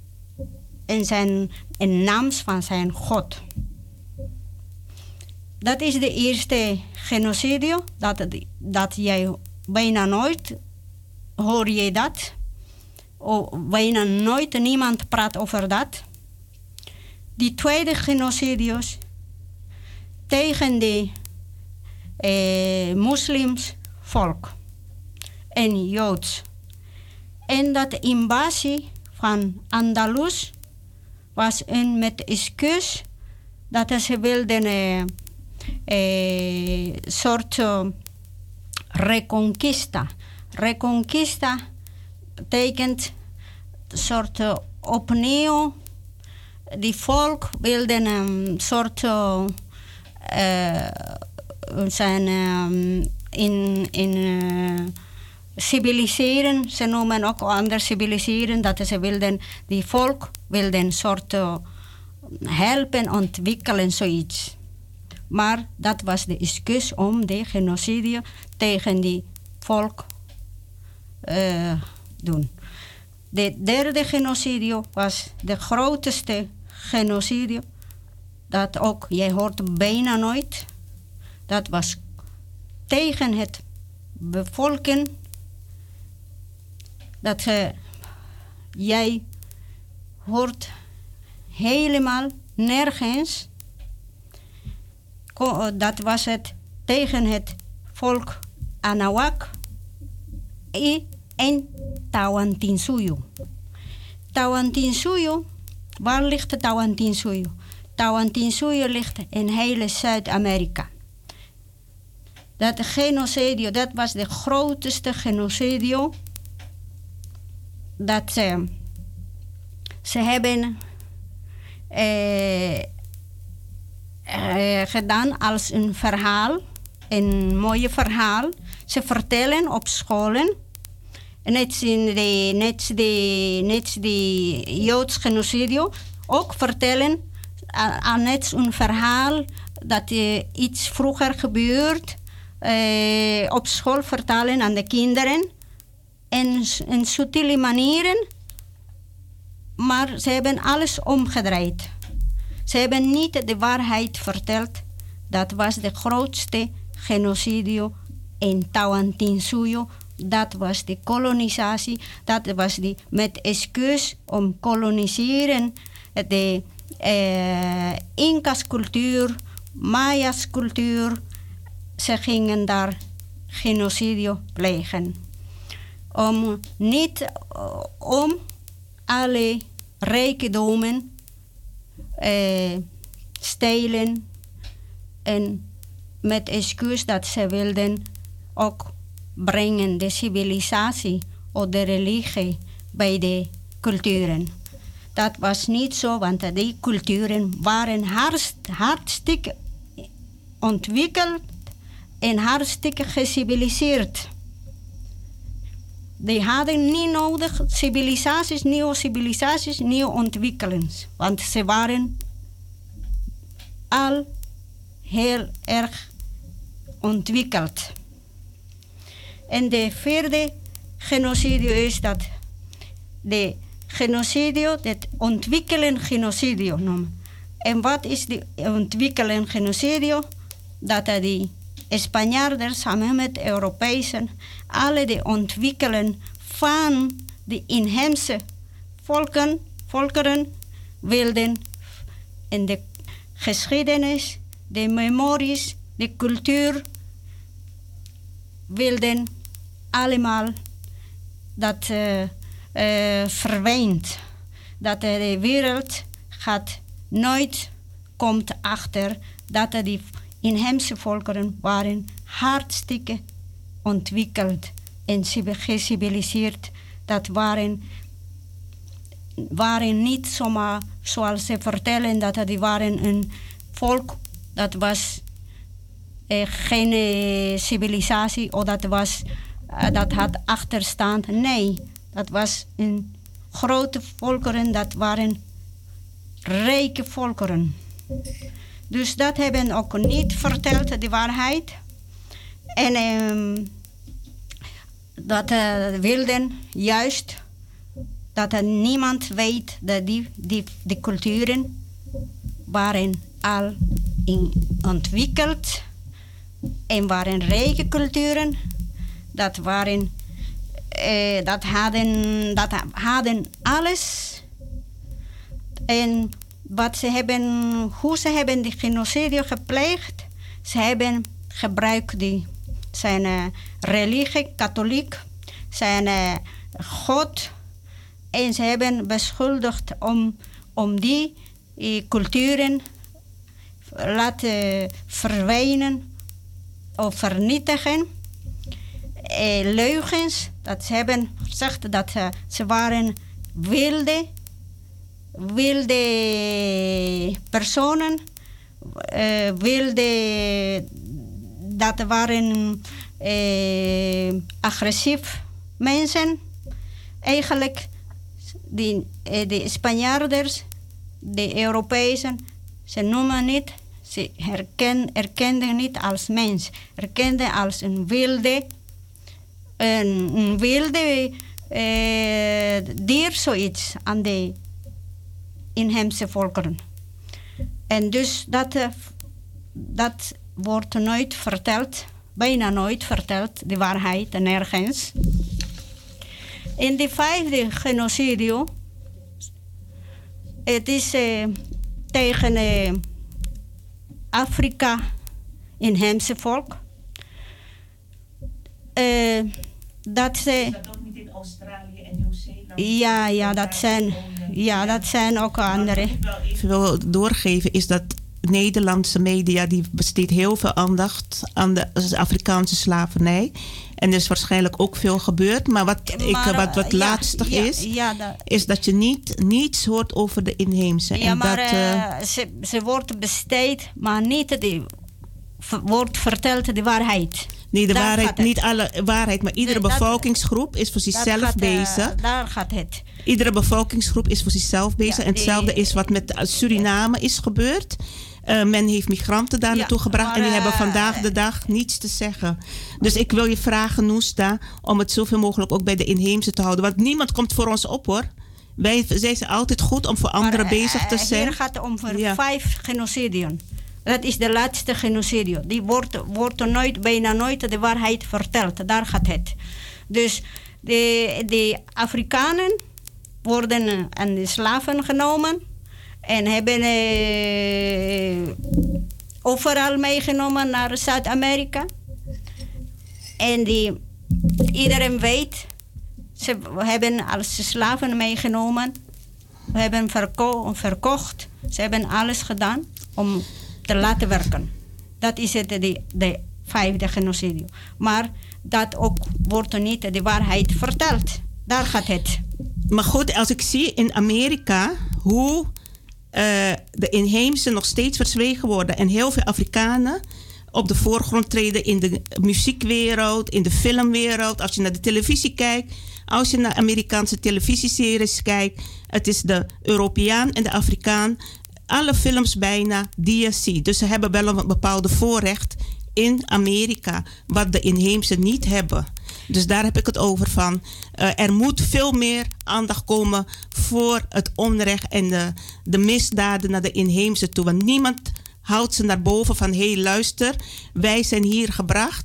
in naam van zijn God. Dat is de eerste genocide, dat jij bijna nooit hoor je dat. Bijna nooit, niemand praat over dat. Die tweede genocides tegen de moslims volk en Joods. En dat invasie van Andalus was met excuus dat ze wilden soort reconquista. Reconquista betekent soort opnieuw. Die volk wilden een soort zijn civiliseren. Ze noemen ook anders civiliseren. Dat ze wilden, die volk wilden soort helpen, ontwikkelen, zoiets. Maar dat was de excuus om de genocide tegen die volk doen. De derde genocide was de grootste genocide. Dat ook, jij hoort bijna nooit. Dat was tegen het bevolking. Dat jij hoort helemaal nergens. Dat was het tegen het volk Anahuac en Tawantinsuyo. Tawantinsuyo, waar ligt Tawantinsuyo? Tawantinsuyo ligt in hele Zuid-Amerika. Dat genocide, dat was de grootste genocide dat ze hebben gedaan als een verhaal, een mooie verhaal. Ze vertellen op scholen, net de Joods genocide, ook vertellen net een verhaal dat iets vroeger gebeurt, op school vertalen aan de kinderen in subtiele manieren, maar ze hebben alles omgedraaid. Ze hebben niet de waarheid verteld. Dat was de grootste genocide in Tawantinsuyo. Dat was de kolonisatie. Dat was met excuus om koloniseren. De Inca's cultuur, Maya's cultuur. Ze gingen daar genocide plegen. Niet om alle rijkdommen stelen en met excuus dat ze wilden ook brengen de civilisatie of de religie bij de culturen. Dat was niet zo, want die culturen waren hartstikke ontwikkeld en hartstikke geciviliseerd. Die hadden niet nodig nieuwe civilisaties, nieuwe ontwikkelings. Want ze waren al heel erg ontwikkeld. En de vierde genocide is dat de genocide, het ontwikkelen genocide noemen. En wat is de ontwikkelen genocide? Dat die Spanjaarders samen met Europezen alle de ontwikkelen van de inheemse volkeren wilden in de geschiedenis, de memories, de cultuur, wilden allemaal dat verdwijnt. Dat de wereld nooit komt achter dat die inheemse volkeren waren hartstikke ontwikkeld en geciviliseerd. Dat waren niet zomaar, zoals ze vertellen, dat die waren een volk, dat was geen civilisatie, of dat had achterstand. Nee, dat was een grote volkeren, dat waren rijke volkeren. Dus dat hebben ook niet verteld, de waarheid. En dat wilden juist dat niemand weet dat die culturen waren al ontwikkeld en waren rijke culturen. Dat hadden alles. En hoe ze hebben die genocide gepleegd, ze hebben gebruikt zijn religie, katholiek, zijn God. En ze hebben beschuldigd om die culturen laten verdwijnen of vernietigen. Leugens, dat ze hebben gezegd dat ze waren wilde personen, dat waren agressief mensen. Eigenlijk de Spanjaarders, de Europezen, ze noemen niet, ze erkenden niet als mens, erkenden als een wilde dier, zoiets aan de inheemse volkeren. En dus dat wordt nooit verteld, bijna nooit verteld, de waarheid, nergens. In de 5e genocide, het is tegen Afrika, inheemse volk. Dat ze... Is dat ook niet in Australië en Nieuw-Zeeland? Ja, dat zijn ook andere. Wat ik even wil doorgeven is dat Nederlandse media die besteedt heel veel aandacht aan de Afrikaanse slavernij. En er is waarschijnlijk ook veel gebeurd. Maar wat lastig is dat je niets hoort over de inheemse. Ja, en maar ze wordt besteed, maar niet wordt verteld de waarheid. Nee, de waarheid, niet alle waarheid, maar iedere bevolkingsgroep is voor zichzelf bezig. Daar gaat het. Iedere bevolkingsgroep is voor zichzelf bezig. Ja, en hetzelfde is wat met Suriname is gebeurd. Men heeft migranten daar naartoe gebracht en die hebben vandaag de dag niets te zeggen. Dus ik wil je vragen, Noesta, om het zoveel mogelijk ook bij de inheemse te houden. Want niemand komt voor ons op, hoor. Wij zijn altijd goed om voor anderen bezig te zijn. Hier gaat het om 5 genociden. Dat is de laatste genocide. Die wordt bijna nooit de waarheid verteld. Daar gaat het. Dus de Afrikanen worden aan de slaven genomen. En hebben overal meegenomen naar Zuid-Amerika. En iedereen weet, ze hebben als slaven meegenomen. We hebben verkocht. Ze hebben alles gedaan om te laten werken. Dat is het, de 5e genocide. Maar dat ook wordt niet de waarheid verteld. Daar gaat het. Maar goed, als ik zie in Amerika hoe de inheemse nog steeds verzwegen worden en heel veel Afrikanen op de voorgrond treden in de muziekwereld, in de filmwereld, als je naar de televisie kijkt, als je naar Amerikaanse televisieseries kijkt, het is de Europeaan en de Afrikaan, alle films bijna die je ziet. Dus ze hebben wel een bepaalde voorrecht in Amerika, wat de inheemse niet hebben. Dus daar heb ik het over van. Er moet veel meer aandacht komen voor het onrecht en de misdaden naar de inheemse toe. Want niemand houdt ze naar boven van, hé, luister, wij zijn hier gebracht.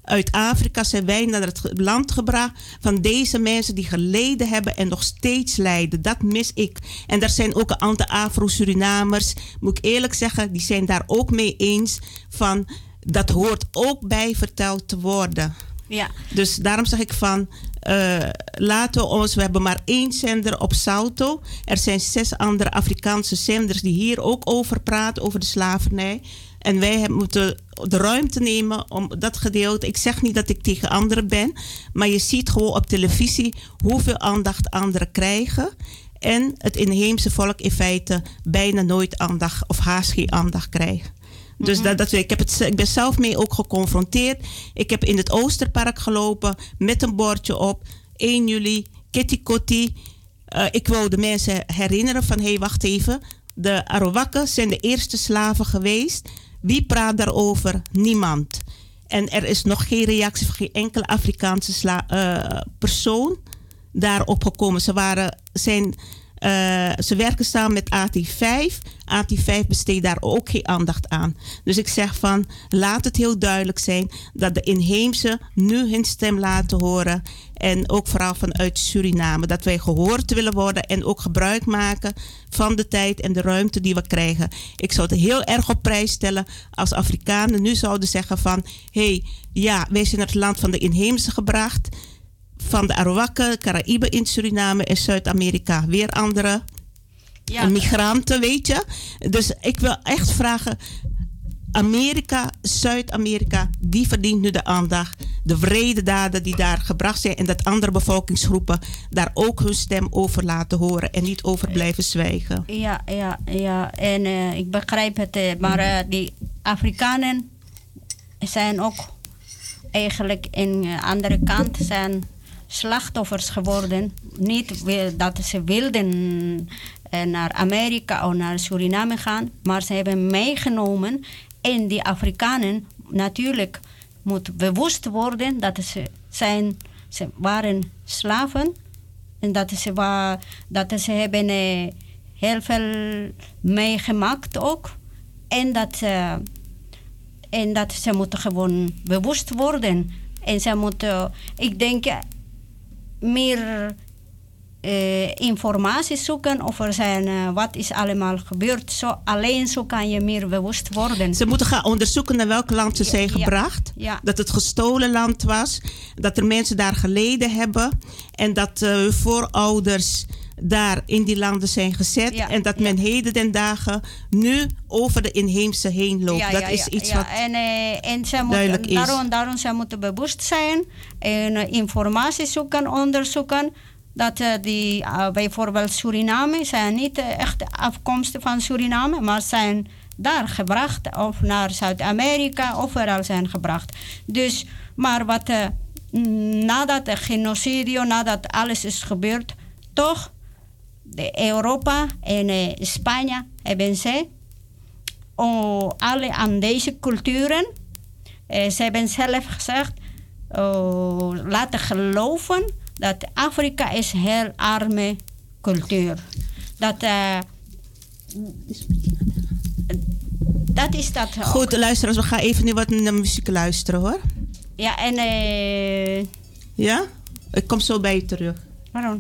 uit Afrika zijn wij naar het land gebracht van deze mensen die geleden hebben en nog steeds lijden. Dat mis ik. En er zijn ook een aantal Afro-Surinamers, moet ik eerlijk zeggen, die zijn daar ook mee eens van, dat hoort ook bij verteld te worden. Ja. Dus daarom zeg ik van, we hebben maar 1 zender op Salto. Er zijn 6 andere Afrikaanse zenders die hier ook over praten, over de slavernij. En wij moeten de ruimte nemen om dat gedeelte. Ik zeg niet dat ik tegen anderen ben, maar je ziet gewoon op televisie hoeveel aandacht anderen krijgen. En het inheemse volk in feite bijna nooit aandacht of haast geen aandacht krijgt. Dus ik ben zelf mee ook geconfronteerd. Ik heb in het Oosterpark gelopen met een bordje op. 1 juli, Kitty Kotti. Ik wou de mensen herinneren van, hé, wacht even. De Arawakken zijn de eerste slaven geweest. Wie praat daarover? Niemand. En er is nog geen reactie van geen enkele Afrikaanse persoon daarop gekomen. Ze werken samen met AT5. AT5 besteedt daar ook geen aandacht aan. Dus ik zeg van, laat het heel duidelijk zijn dat de inheemse nu hun stem laten horen. En ook vooral vanuit Suriname. Dat wij gehoord willen worden en ook gebruik maken van de tijd en de ruimte die we krijgen. Ik zou het heel erg op prijs stellen als Afrikanen nu zouden zeggen van, wij zijn naar het land van de inheemse gebracht. Van de Arawakken, Caraïben in Suriname en Zuid-Amerika. Weer andere migranten, weet je. Dus ik wil echt vragen, Amerika, Zuid-Amerika, die verdient nu de aandacht. De wrededaden die daar gebracht zijn en dat andere bevolkingsgroepen daar ook hun stem over laten horen en niet over blijven zwijgen. Ja. En ik begrijp het, maar die Afrikanen zijn ook eigenlijk aan de andere kant zijn slachtoffers geworden. Niet dat ze wilden naar Amerika of naar Suriname gaan, maar ze hebben meegenomen. En die Afrikanen natuurlijk moet bewust worden dat ze waren slaven en dat ze hebben heel veel meegemaakt ook. En dat ze moeten gewoon bewust worden. En ze moeten, ik denk, meer informatie zoeken over wat is allemaal gebeurd. Alleen zo kan je meer bewust worden. Ze moeten gaan onderzoeken naar welk land ze zijn gebracht. Ja. Dat het gestolen land was. Dat er mensen daar geleden hebben. En dat hun voorouders daar in die landen zijn gezet. Ja. En dat men heden den dagen nu over de inheemse heen loopt. Dat is iets wat en ze duidelijk is. Daarom ze moeten bewust zijn. En informatie zoeken, onderzoeken. Dat bijvoorbeeld Suriname zijn niet echt afkomstig van Suriname, maar zijn daar gebracht of naar Zuid-Amerika, overal zijn gebracht. Dus, maar nadat de genocidio, nadat alles is gebeurd, toch Europa en Spanje hebben ze alle aan deze culturen, ze hebben zelf gezegd, laten geloven dat Afrika is een heel arme cultuur. Dat is dat. Goed, luisteraars, we gaan even nu wat naar muziek luisteren, hoor. Ja, en ja? Ik kom zo bij je terug. Waarom?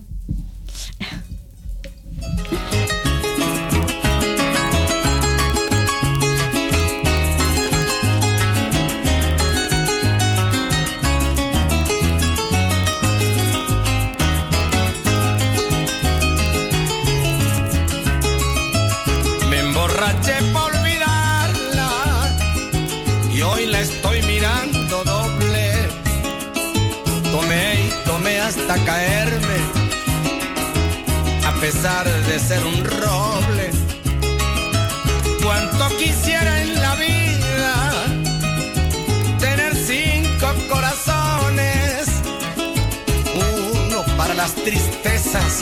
Por olvidarla y hoy la estoy mirando doble. Tomé hasta caerme, a pesar de ser un roble. Cuánto quisiera en la vida tener 5 corazones, uno para las tristezas,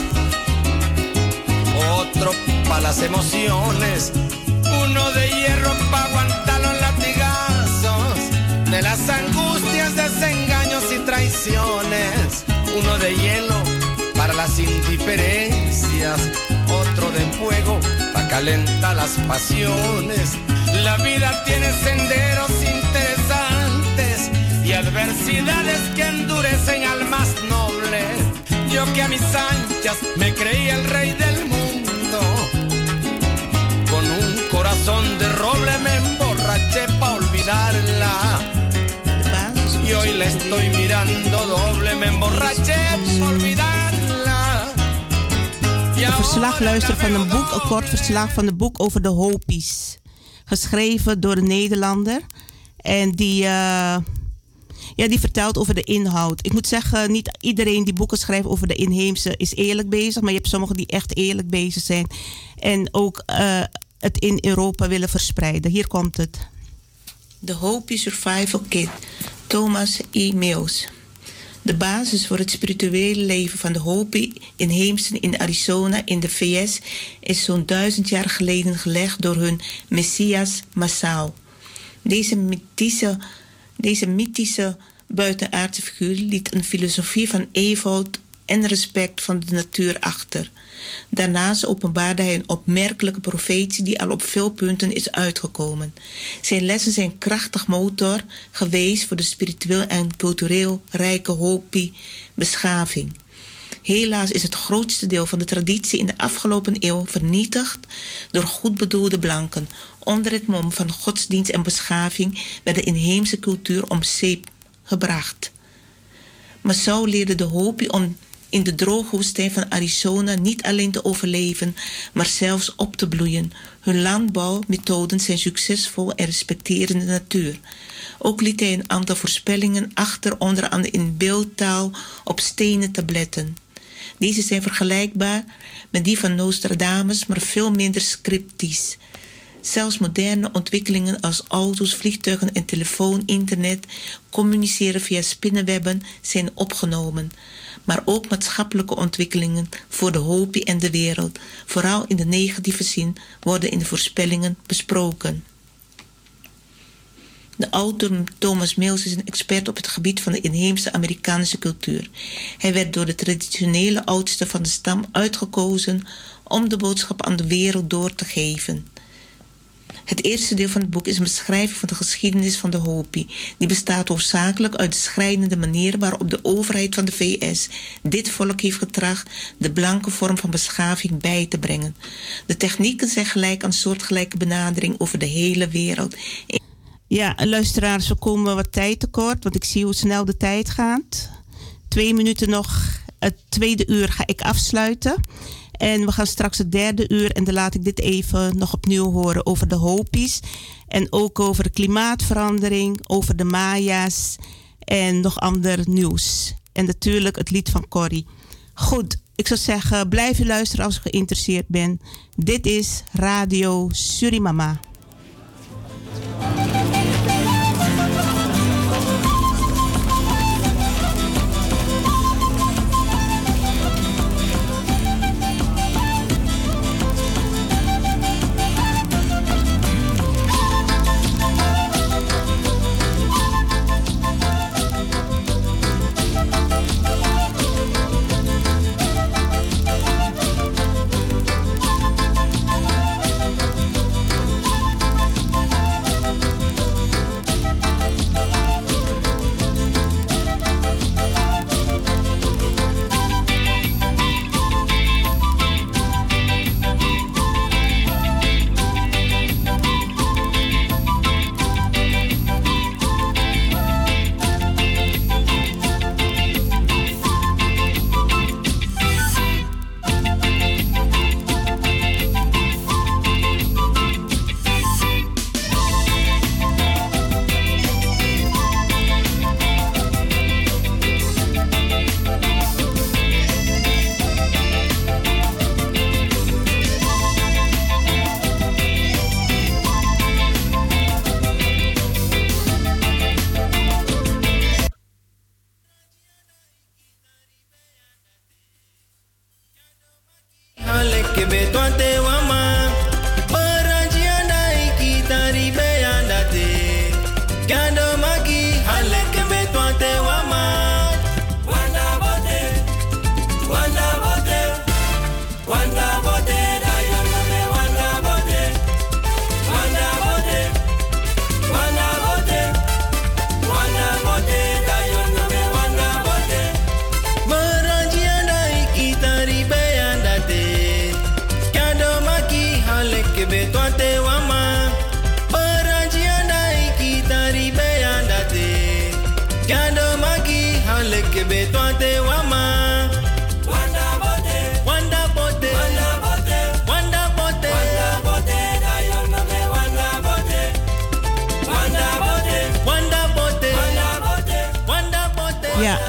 otro para las emociones, uno de hierro para aguantar los latigazos de las angustias, desengaños y traiciones, uno de hielo para las indiferencias, otro de fuego para calentar las pasiones. La vida tiene senderos interesantes y adversidades que endurecen al más noble. Yo que a mis anchas me creí el rey del mundo, con un corazón de roble me emborraché pa' olvidarla. Y hoy la estoy mirando doble, me emborraché pa' olvidarla. Een verslag luisteren van een boek, een kort verslag van het boek over de Hopis. Geschreven door een Nederlander. En die vertelt over de inhoud. Ik moet zeggen, niet iedereen die boeken schrijft over de inheemse is eerlijk bezig. Maar je hebt sommigen die echt eerlijk bezig zijn. En ook het in Europa willen verspreiden. Hier komt het. The Hopi Survival Kit, Thomas E. Mills. De basis voor het spirituele leven van de Hopi-inheemsen in Arizona in de VS is zo'n 1000 jaar geleden gelegd door hun Messias Massaw. Deze mythische buitenaardse figuur liet een filosofie van eenvoud en respect van de natuur achter. Daarnaast openbaarde hij een opmerkelijke profetie die al op veel punten is uitgekomen. Zijn lessen zijn krachtig motor geweest voor de spiritueel en cultureel rijke Hopi-beschaving. Helaas is het grootste deel van de traditie in de afgelopen eeuw vernietigd door goedbedoelde blanken. Onder het mom van godsdienst en beschaving werd de inheemse cultuur om zeep gebracht. Massaw leerde de Hopi om in de droge woestijn van Arizona niet alleen te overleven, maar zelfs op te bloeien. Hun landbouwmethoden zijn succesvol en respecteren de natuur. Ook liet hij een aantal voorspellingen achter, onder andere in beeldtaal op stenen tabletten. Deze zijn vergelijkbaar met die van Nostradamus, maar veel minder scriptisch. Zelfs moderne ontwikkelingen als auto's, vliegtuigen en telefoon, internet, communiceren via spinnenwebben zijn opgenomen. Maar ook maatschappelijke ontwikkelingen voor de Hopi en de wereld, vooral in de negatieve zin, worden in de voorspellingen besproken. De auteur Thomas Mills is een expert op het gebied van de inheemse Amerikaanse cultuur. Hij werd door de traditionele oudsten van de stam uitgekozen om de boodschap aan de wereld door te geven. Het eerste deel van het boek is een beschrijving van de geschiedenis van de Hopi. Die bestaat hoofdzakelijk uit de schrijnende manier waarop de overheid van de VS dit volk heeft getracht de blanke vorm van beschaving bij te brengen. De technieken zijn gelijk aan soortgelijke benadering over de hele wereld. Ja, luisteraars, we komen wat tijd tekort, want ik zie hoe snel de tijd gaat. 2 minuten nog. Het tweede uur ga ik afsluiten. En we gaan straks het derde uur en dan laat ik dit even nog opnieuw horen over de Hopis. En ook over de klimaatverandering, over de Maya's en nog ander nieuws. En natuurlijk het lied van Corrie. Goed, ik zou zeggen, blijf u luisteren als u geïnteresseerd bent. Dit is Radio Surimama. Wanda bote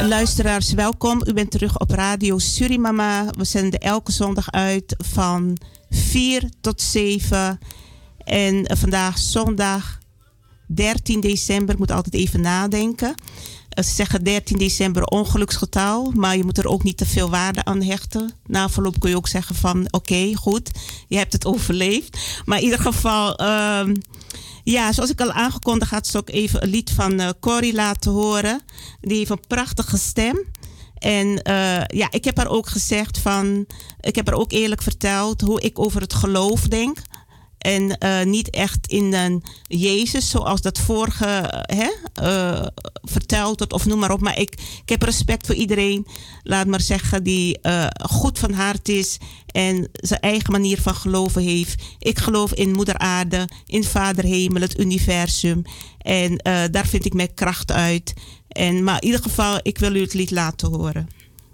Luisteraars, welkom. U bent terug op Radio Surimama. We zenden elke zondag uit van 4 tot 7. En vandaag zondag 13 december. Ik moet altijd even nadenken. Ze zeggen 13 december ongeluksgetal. Maar je moet er ook niet te veel waarde aan hechten. Na verloop kun je ook zeggen van oké, goed. Je hebt het overleefd. Maar in ieder geval... ja, zoals ik al aangekondigd had, zal ik even een lied van Corrie laten horen. Die heeft een prachtige stem. En ja, ik heb haar ook gezegd van... Ik heb haar ook eerlijk verteld hoe ik over het geloof denk. En niet echt in een Jezus, zoals dat vorige verteld wordt of noem maar op. Maar ik heb respect voor iedereen, laat maar zeggen, die goed van hart is en zijn eigen manier van geloven heeft. Ik geloof in Moeder Aarde, in Vader Hemel, het universum. En daar vind ik mijn kracht uit. Maar in ieder geval, ik wil u het lied laten horen.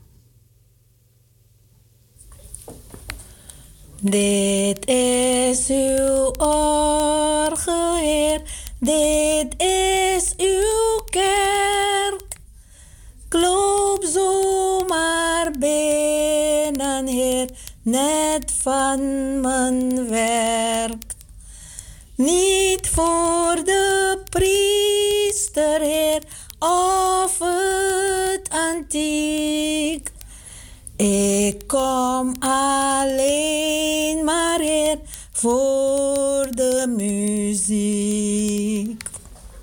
Dit is uw orgel, Heer, dit is uw kerk. Loop zomaar binnen, Heer, net van mijn werk. Niet voor de priester, Heer, of het antiek. Ik kom alleen maar, Heer, voor de muziek.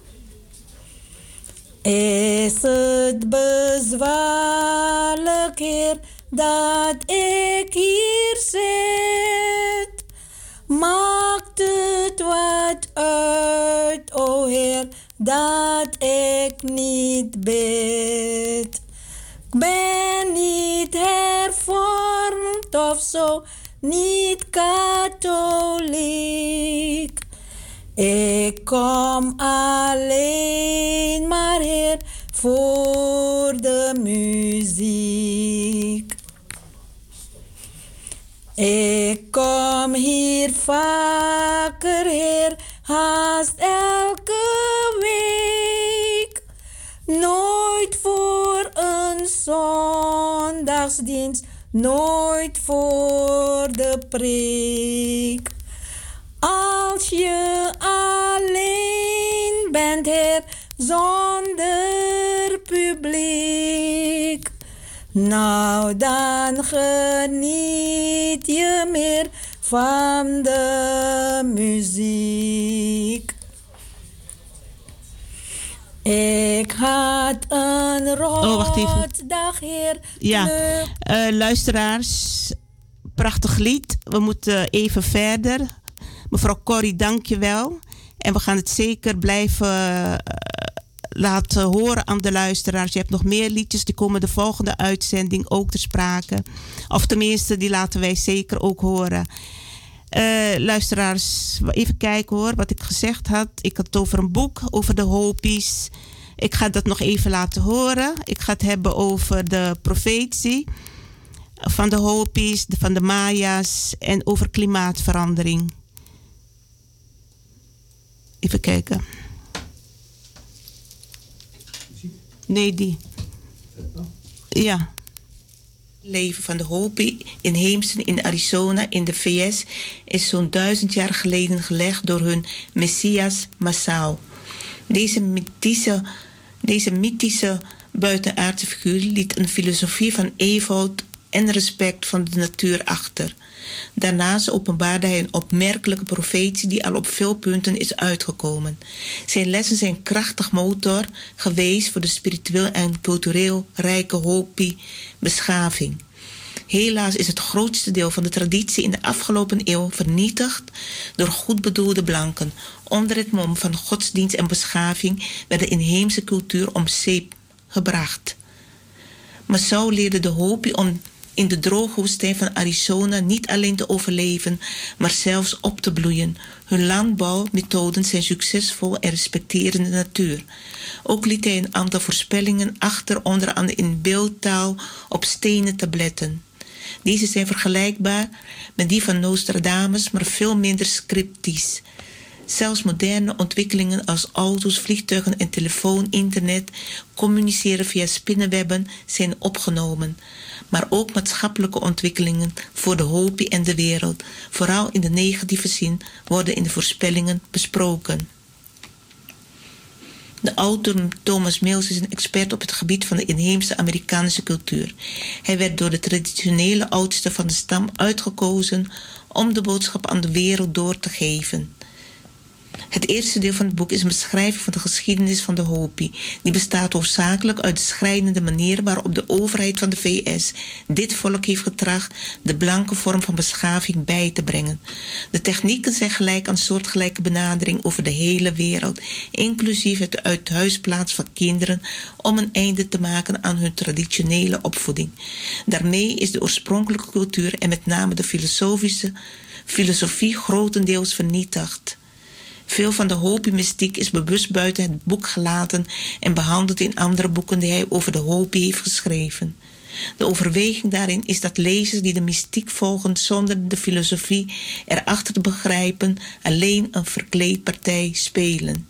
Is het bezwaarlijk, Heer, dat ik hier zit? Maakt het wat uit, o Heer, dat ik niet bid? Ik ben niet hervormd of zo, niet katholiek. Ik kom alleen maar, Heer, voor de muziek. Ik kom hier vaker, Heer, haast elke week. Nooit voor een zondagsdienst, nooit voor de preek. Als je alleen bent, Heer, zonder publiek, nou dan geniet je meer van de muziek. Ik had een rotdag, Heer. Ja, luisteraars, prachtig lied. We moeten even verder. Mevrouw Corrie, dank je wel. En we gaan het zeker blijven laten horen aan de luisteraars. Je hebt nog meer liedjes, die komen de volgende uitzending ook te sprake. Of tenminste, die laten wij zeker ook horen. Luisteraars, even kijken hoor, wat ik gezegd had. Ik had het over een boek, over de Hopi's. Ik ga dat nog even laten horen. Ik ga het hebben over de profetie van de Hopi's, van de Maya's en over klimaatverandering. Even kijken. Nee, die. Ja. Leven van de Hopi inheemsen in Arizona in de VS is zo'n 1000 jaar geleden gelegd door hun Messias Massaw. Deze mythische buitenaardse figuur liet een filosofie van eenvoud en respect van de natuur achter. Daarnaast openbaarde hij een opmerkelijke profetie die al op veel punten is uitgekomen. Zijn lessen zijn krachtig motor geweest voor de spiritueel en cultureel rijke Hopi-beschaving. Helaas is het grootste deel van de traditie in de afgelopen eeuw vernietigd door goedbedoelde blanken. Onder het mom van godsdienst en beschaving werd de inheemse cultuur om zeep gebracht. Massaw leerde de Hopi om in de droge woestijn van Arizona niet alleen te overleven, maar zelfs op te bloeien. Hun landbouwmethoden zijn succesvol en respecteren de natuur. Ook liet hij een aantal voorspellingen achter, onder andere in beeldtaal op stenen tabletten. Deze zijn vergelijkbaar met die van Nostradamus, maar veel minder cryptisch. Zelfs moderne ontwikkelingen als auto's, vliegtuigen en telefoon, internet, communiceren via spinnenwebben zijn opgenomen. Maar ook maatschappelijke ontwikkelingen voor de Hopi en de wereld, vooral in de negatieve zin, worden in de voorspellingen besproken. De auteur Thomas Mills is een expert op het gebied van de inheemse Amerikaanse cultuur. Hij werd door de traditionele oudsten van de stam uitgekozen om de boodschap aan de wereld door te geven. Het eerste deel van het boek is een beschrijving van de geschiedenis van de Hopi. Die bestaat hoofdzakelijk uit de schrijnende manier waarop de overheid van de VS dit volk heeft getracht de blanke vorm van beschaving bij te brengen. De technieken zijn gelijk aan soortgelijke benadering over de hele wereld, inclusief het uithuisplaatsen van kinderen om een einde te maken aan hun traditionele opvoeding. Daarmee is de oorspronkelijke cultuur en met name de filosofie grotendeels vernietigd. Veel van de Hopi-mystiek is bewust buiten het boek gelaten en behandeld in andere boeken die hij over de Hopi heeft geschreven. De overweging daarin is dat lezers die de mystiek volgen zonder de filosofie erachter te begrijpen alleen een verkleedpartij spelen.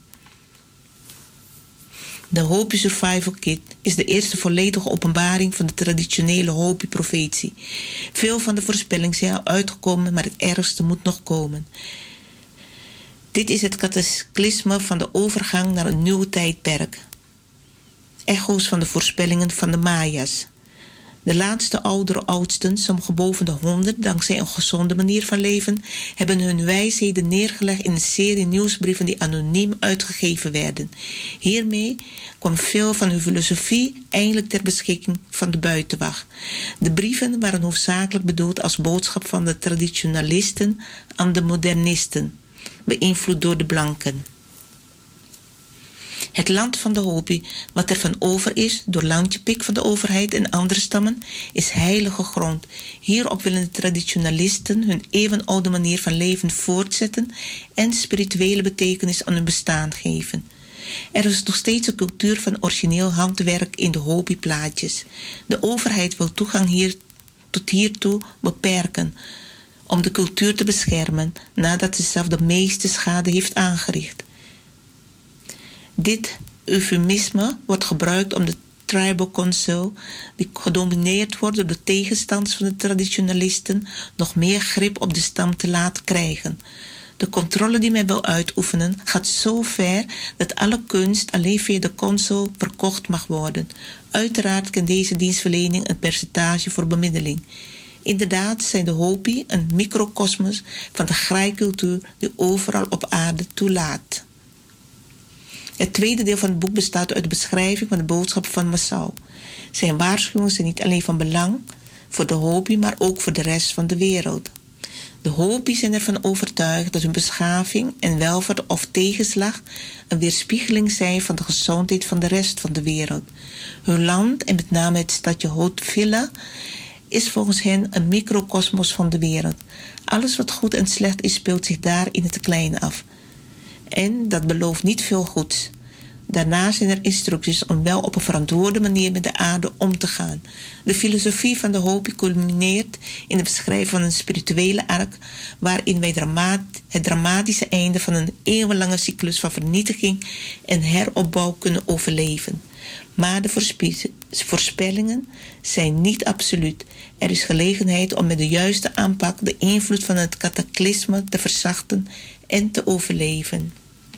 De Hopi Survival Kit is de eerste volledige openbaring van de traditionele Hopi-profetie. Veel van de voorspellingen zijn al uitgekomen, maar het ergste moet nog komen. Dit is het cataclysme van de overgang naar een nieuw tijdperk. Echo's van de voorspellingen van de Maya's. De laatste oudere oudsten, sommigen boven de 100, dankzij een gezonde manier van leven, hebben hun wijsheden neergelegd in een serie nieuwsbrieven die anoniem uitgegeven werden. Hiermee kwam veel van hun filosofie eindelijk ter beschikking van de buitenwacht. De brieven waren hoofdzakelijk bedoeld als boodschap van de traditionalisten aan de modernisten, beïnvloed door de blanken. Het land van de Hopi, wat er van over is door landjepik van de overheid en andere stammen, is heilige grond. Hierop willen de traditionalisten hun eeuwenoude manier van leven voortzetten en spirituele betekenis aan hun bestaan geven. Er is nog steeds een cultuur van origineel handwerk in de Hopi-plaatjes. De overheid wil toegang tot hiertoe beperken om de cultuur te beschermen nadat ze zelf de meeste schade heeft aangericht. Dit eufemisme wordt gebruikt om de Tribal Council, die gedomineerd wordt door de tegenstanders van de traditionalisten, nog meer grip op de stam te laten krijgen. De controle die men wil uitoefenen gaat zo ver dat alle kunst alleen via de council verkocht mag worden. Uiteraard kent deze dienstverlening een percentage voor bemiddeling. Inderdaad zijn de Hopi een microcosmos van de graaikultuur die overal op aarde toelaat. Het tweede deel van het boek bestaat uit de beschrijving van de boodschap van Massaw. Zijn waarschuwingen zijn niet alleen van belang voor de Hopi, maar ook voor de rest van de wereld. De Hopi zijn ervan overtuigd dat hun beschaving en welvaart of tegenslag een weerspiegeling zijn van de gezondheid van de rest van de wereld. Hun land, en met name het stadje Haut-Villa, is volgens hen een microcosmos van de wereld. Alles wat goed en slecht is, speelt zich daar in het kleine af. En dat belooft niet veel goeds. Daarna zijn er instructies om wel op een verantwoorde manier met de aarde om te gaan. De filosofie van de Hopi culmineert in het beschrijven van een spirituele ark, waarin wij het dramatische einde van een eeuwenlange cyclus van vernietiging en heropbouw kunnen overleven. Maar de voorspellingen zijn niet absoluut. Er is gelegenheid om met de juiste aanpak de invloed van het cataclysme te verzachten en te overleven.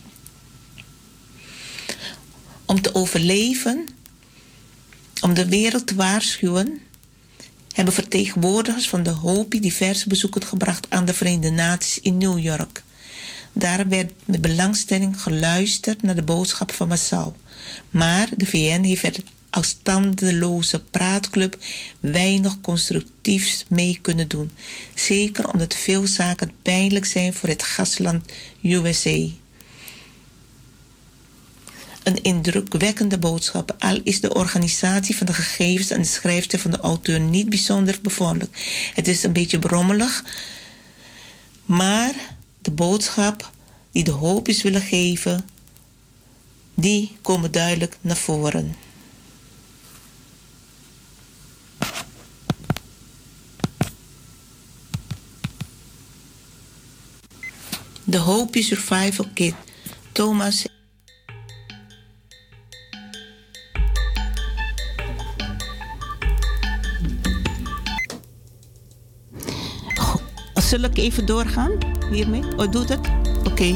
Om te overleven, om de wereld te waarschuwen, hebben vertegenwoordigers van de Hopi diverse bezoeken gebracht aan de Verenigde Naties in New York. Daar werd met belangstelling geluisterd naar de boodschap van Massaw. Maar de VN heeft er als tandeloze praatclub weinig constructiefs mee kunnen doen. Zeker omdat veel zaken pijnlijk zijn voor het gastland USA. Een indrukwekkende boodschap, al is de organisatie van de gegevens en de schrijfster van de auteur niet bijzonder bevorderlijk. Het is een beetje brommelig, maar de boodschap die de Hopi's willen geven, die komen duidelijk naar voren. de Hopi Survival Kit. Thomas. Zal ik even doorgaan hiermee? Oh, doet het? Oké.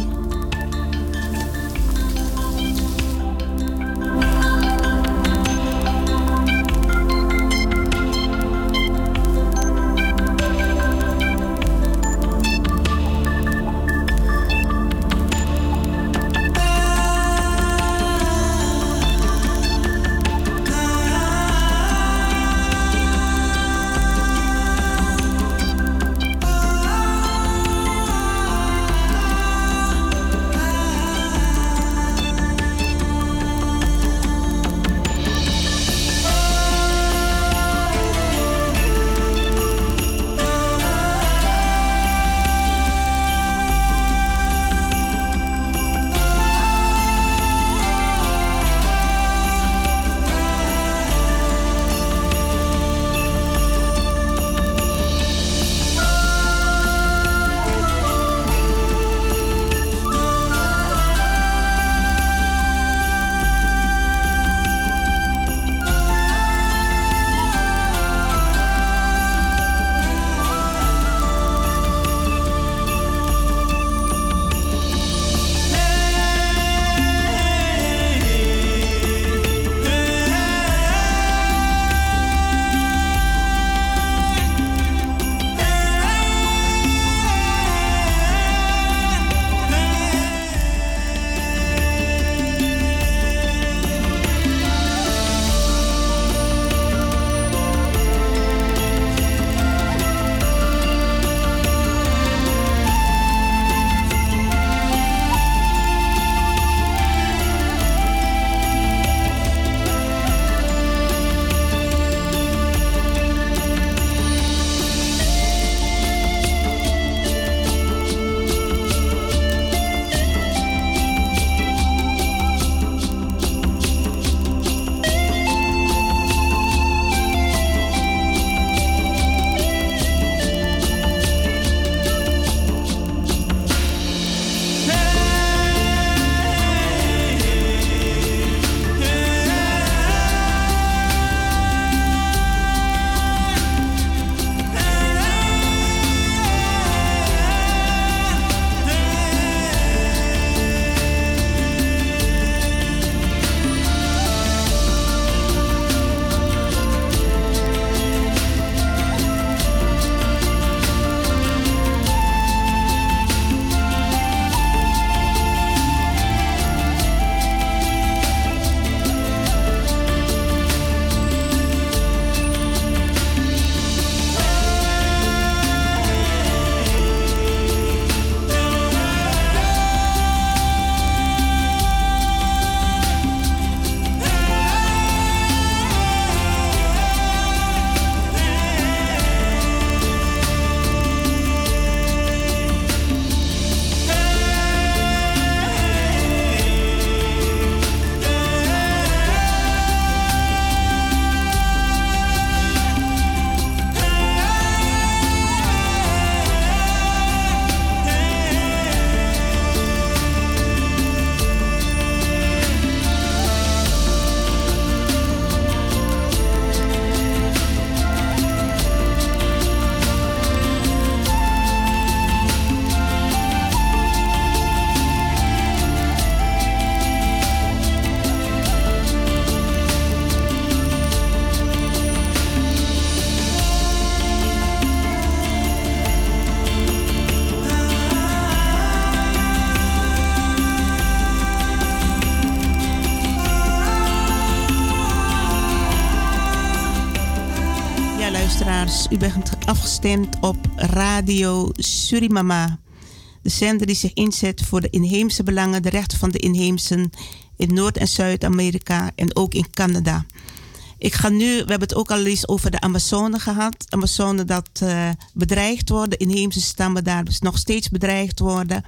luisteraars. U bent afgestemd op Radio Surimama. De zender die zich inzet voor de inheemse belangen, de rechten van de inheemsen in Noord- en Zuid-Amerika en ook in Canada. We hebben het ook al eens over de Amazone gehad. Amazone dat bedreigd wordt, de inheemse stammen daar dus nog steeds bedreigd worden.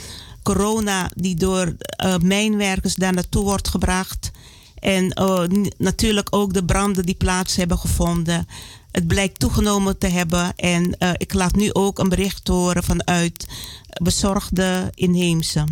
Corona die door mijnwerkers daar naartoe wordt gebracht. En natuurlijk ook de branden die plaats hebben gevonden. Het blijkt toegenomen te hebben. En ik laat nu ook een bericht horen vanuit bezorgde inheemse.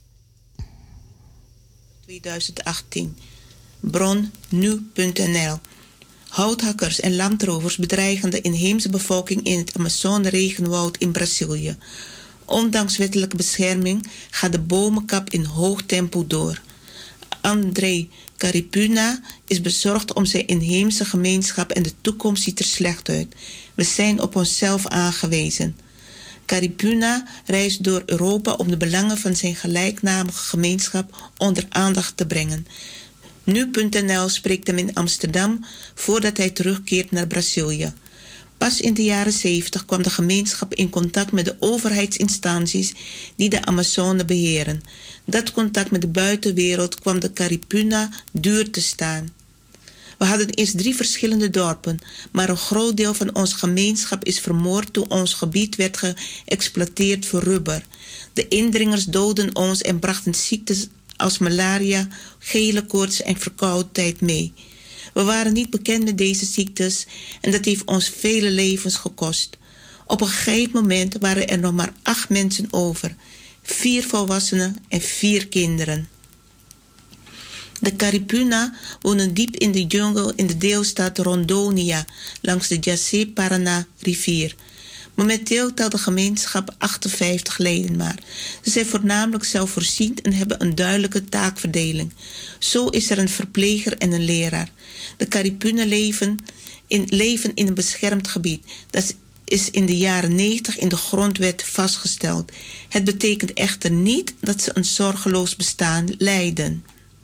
2018. Bron nu.nl. Houthakkers en landrovers bedreigen de inheemse bevolking in het Amazone-regenwoud in Brazilië. Ondanks wettelijke bescherming gaat de bomenkap in hoog tempo door. André Caripuna is bezorgd om zijn inheemse gemeenschap en de toekomst ziet er slecht uit. We zijn op onszelf aangewezen. Caripuna reist door Europa om de belangen van zijn gelijknamige gemeenschap onder aandacht te brengen. Nu.nl spreekt hem in Amsterdam voordat hij terugkeert naar Brazilië. Pas in de jaren 70 kwam de gemeenschap in contact met de overheidsinstanties die de Amazone beheren. Dat contact met de buitenwereld kwam de Caripuna duur te staan. We hadden eerst 3 verschillende dorpen, maar een groot deel van onze gemeenschap is vermoord toen ons gebied werd geëxploiteerd voor rubber. De indringers doodden ons en brachten ziektes als malaria, gele koorts en verkoudheid mee. We waren niet bekend met deze ziektes en dat heeft ons vele levens gekost. Op een gegeven moment waren er nog maar 8 mensen over. 4 volwassenen en 4 kinderen. De Caripuna wonen diep in de jungle in de deelstaat Rondônia, langs de Jaçanã-Paraná-rivier. Momenteel telt de gemeenschap 58 leden maar. Ze zijn voornamelijk zelfvoorzienend en hebben een duidelijke taakverdeling. Zo is er een verpleger en een leraar. De Caripuna leven in een beschermd gebied. Dat is in de jaren 90 in de grondwet vastgesteld. Het betekent echter niet dat ze een zorgeloos bestaan leiden.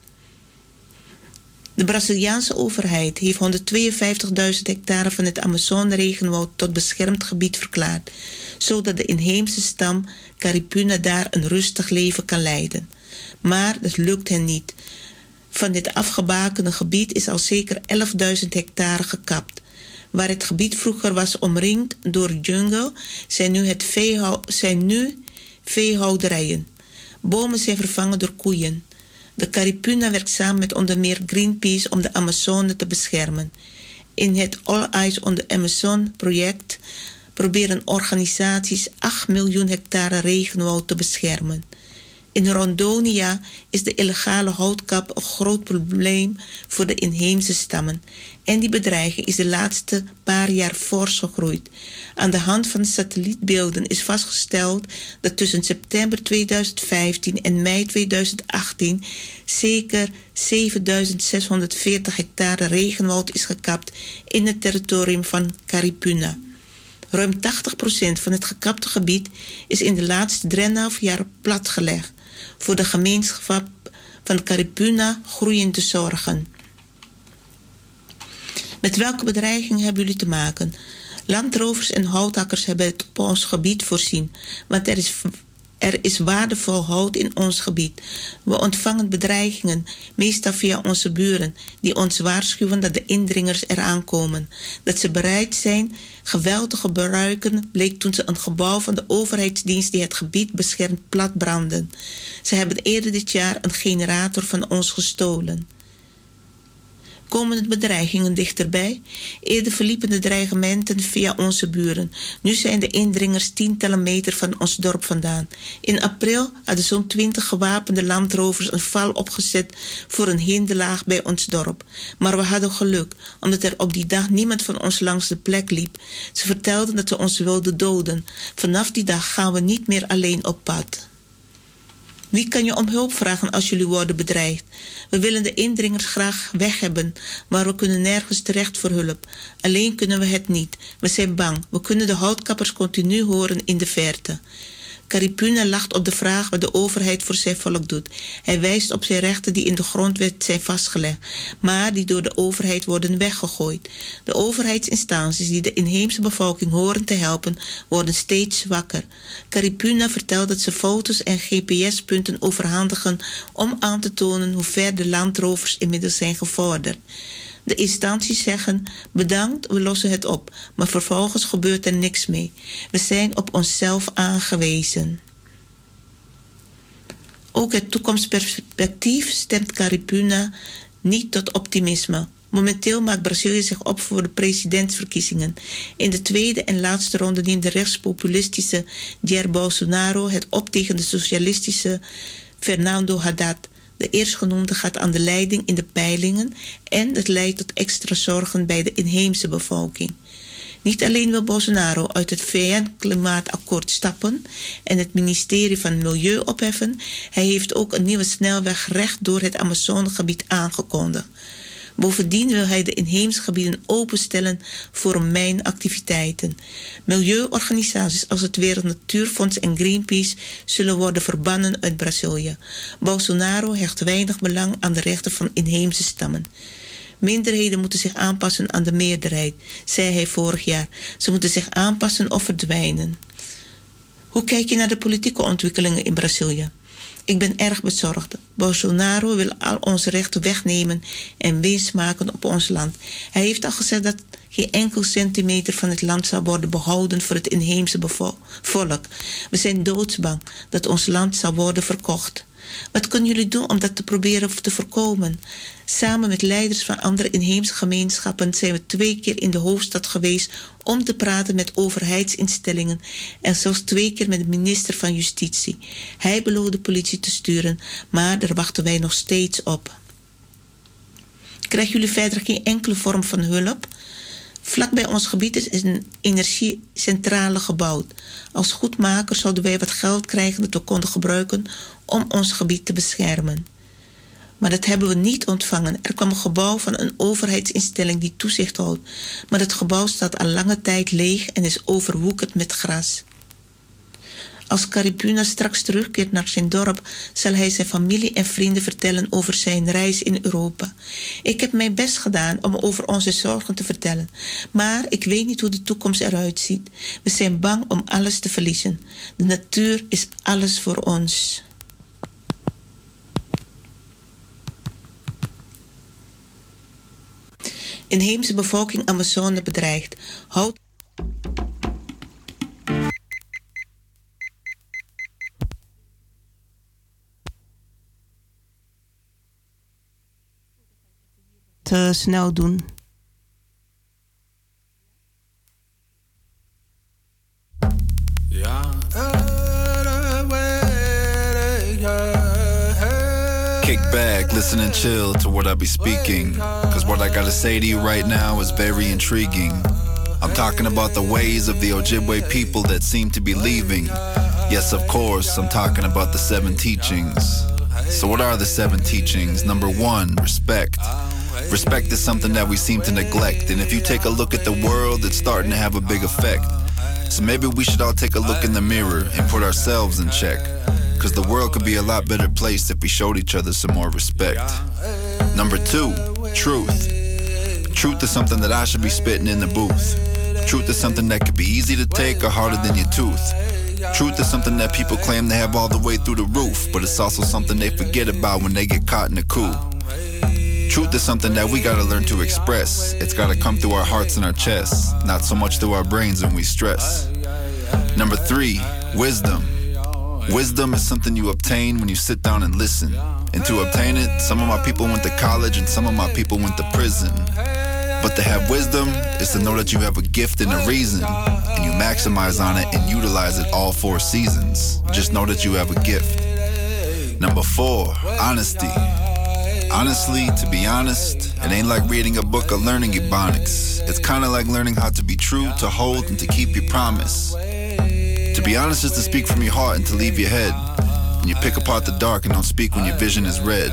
De Braziliaanse overheid heeft 152.000 hectare van het Amazone-regenwoud tot beschermd gebied verklaard, zodat de inheemse stam Caripuna daar een rustig leven kan leiden. Maar dat lukt hen niet. Van dit afgebakende gebied is al zeker 11.000 hectare gekapt. Waar het gebied vroeger was omringd door jungle, zijn nu veehouderijen. Bomen zijn vervangen door koeien. De Caripuna werkt samen met onder meer Greenpeace om de Amazone te beschermen. In het All Eyes on the Amazon project proberen organisaties 8 miljoen hectare regenwoud te beschermen. In Rondônia is de illegale houtkap een groot probleem voor de inheemse stammen. En die bedreiging is de laatste paar jaar fors gegroeid. Aan de hand van satellietbeelden is vastgesteld dat tussen september 2015 en mei 2018 zeker 7640 hectare regenwoud is gekapt in het territorium van Caripuna. Ruim 80% van het gekapte gebied is in de laatste 3,5 jaar platgelegd voor de gemeenschap van Caripuna groeiend te zorgen. Met welke bedreiging hebben jullie te maken? Landrovers en houthakkers hebben het op ons gebied voorzien, want er is waardevol hout in ons gebied. We ontvangen bedreigingen, meestal via onze buren, die ons waarschuwen dat de indringers eraan komen. Dat ze bereid zijn geweld te gebruiken, bleek toen ze een gebouw van de overheidsdienst die het gebied beschermt platbranden. Ze hebben eerder dit jaar een generator van ons gestolen. Komen de bedreigingen dichterbij? Eerder verliepen de dreigementen via onze buren. Nu zijn de indringers tientallen meter van ons dorp vandaan. In april hadden zo'n 20 gewapende landrovers een val opgezet voor een hinderlaag bij ons dorp. Maar we hadden geluk, omdat er op die dag niemand van ons langs de plek liep. Ze vertelden dat ze ons wilden doden. Vanaf die dag gaan we niet meer alleen op pad. Wie kan je om hulp vragen als jullie worden bedreigd? We willen de indringers graag weg hebben, maar we kunnen nergens terecht voor hulp. Alleen kunnen we het niet. We zijn bang. We kunnen de houtkappers continu horen in de verte. Caripuna lacht op de vraag wat de overheid voor zijn volk doet. Hij wijst op zijn rechten die in de grondwet zijn vastgelegd, maar die door de overheid worden weggegooid. De overheidsinstanties die de inheemse bevolking horen te helpen, worden steeds zwakker. Caripuna vertelt dat ze foto's en GPS-punten overhandigen om aan te tonen hoe ver de landrovers inmiddels zijn gevorderd. De instanties zeggen, bedankt, we lossen het op. Maar vervolgens gebeurt er niks mee. We zijn op onszelf aangewezen. Ook het toekomstperspectief stemt Caripuna niet tot optimisme. Momenteel maakt Brazilië zich op voor de presidentsverkiezingen. In de tweede en laatste ronde neemt de rechtspopulistische Jair Bolsonaro het op tegen de socialistische Fernando Haddad. De eerstgenoemde gaat aan de leiding in de peilingen en het leidt tot extra zorgen bij de inheemse bevolking. Niet alleen wil Bolsonaro uit het VN-klimaatakkoord stappen en het ministerie van Milieu opheffen, hij heeft ook een nieuwe snelweg recht door het Amazonegebied aangekondigd. Bovendien wil hij de inheemse gebieden openstellen voor mijnactiviteiten. Milieuorganisaties als het Wereld Natuurfonds en Greenpeace zullen worden verbannen uit Brazilië. Bolsonaro hecht weinig belang aan de rechten van inheemse stammen. Minderheden moeten zich aanpassen aan de meerderheid, zei hij vorig jaar. Ze moeten zich aanpassen of verdwijnen. Hoe kijk je naar de politieke ontwikkelingen in Brazilië? Ik ben erg bezorgd. Bolsonaro wil al onze rechten wegnemen en winst maken op ons land. Hij heeft al gezegd dat geen enkel centimeter van het land zal worden behouden voor het inheemse volk. We zijn doodsbang dat ons land zal worden verkocht. Wat kunnen jullie doen om dat te proberen te voorkomen? Samen met leiders van andere inheemse gemeenschappen zijn we 2 keer in de hoofdstad geweest om te praten met overheidsinstellingen en zelfs 2 keer met de minister van Justitie. Hij beloofde de politie te sturen, maar daar wachten wij nog steeds op. Krijgen jullie verder geen enkele vorm van hulp? Vlak bij ons gebied is een energiecentrale gebouwd. Als goedmaker zouden wij wat geld krijgen dat we konden gebruiken om ons gebied te beschermen. Maar dat hebben we niet ontvangen. Er kwam een gebouw van een overheidsinstelling die toezicht houdt. Maar het gebouw staat al lange tijd leeg en is overwoekerd met gras. Als Caribuna straks terugkeert naar zijn dorp, zal hij zijn familie en vrienden vertellen over zijn reis in Europa. Ik heb mijn best gedaan om over onze zorgen te vertellen, maar ik weet niet hoe de toekomst eruit ziet. We zijn bang om alles te verliezen. De natuur is alles voor ons. Inheemse bevolking Amazone bedreigd. Hout. Te snel doen. Kick back, listen and chill to what I be speaking. Cause what I gotta say to you right now is very intriguing. I'm talking about the ways of the Ojibwe people that seem to be leaving. Yes, of course, I'm talking about the 7 teachings. So what are the 7 teachings? Number 1, respect. Respect is something that we seem to neglect, and if you take a look at the world, it's starting to have a big effect. So maybe we should all take a look in the mirror and put ourselves in check, because the world could be a lot better place if we showed each other some more respect. Number 2, truth. Truth is something that I should be spitting in the booth. Truth is something that could be easy to take or harder than your tooth. Truth is something that people claim they have all the way through the roof, but it's also something they forget about when they get caught in a coup. Truth is something that we gotta learn to express. It's gotta come through our hearts and our chests, not so much through our brains when we stress. Number 3, wisdom. Wisdom is something you obtain when you sit down and listen. And to obtain it, some of my people went to college and some of my people went to prison. But to have wisdom is to know that you have a gift and a reason, and you maximize on it and utilize it all 4 seasons. Just know that you have a gift. Number 4, honesty. Honestly, to be honest, it ain't like reading a book or learning Ebonics. It's kind of like learning how to be true, to hold, and to keep your promise. To be honest is to speak from your heart and to leave your head. And you pick apart the dark and don't speak when your vision is red.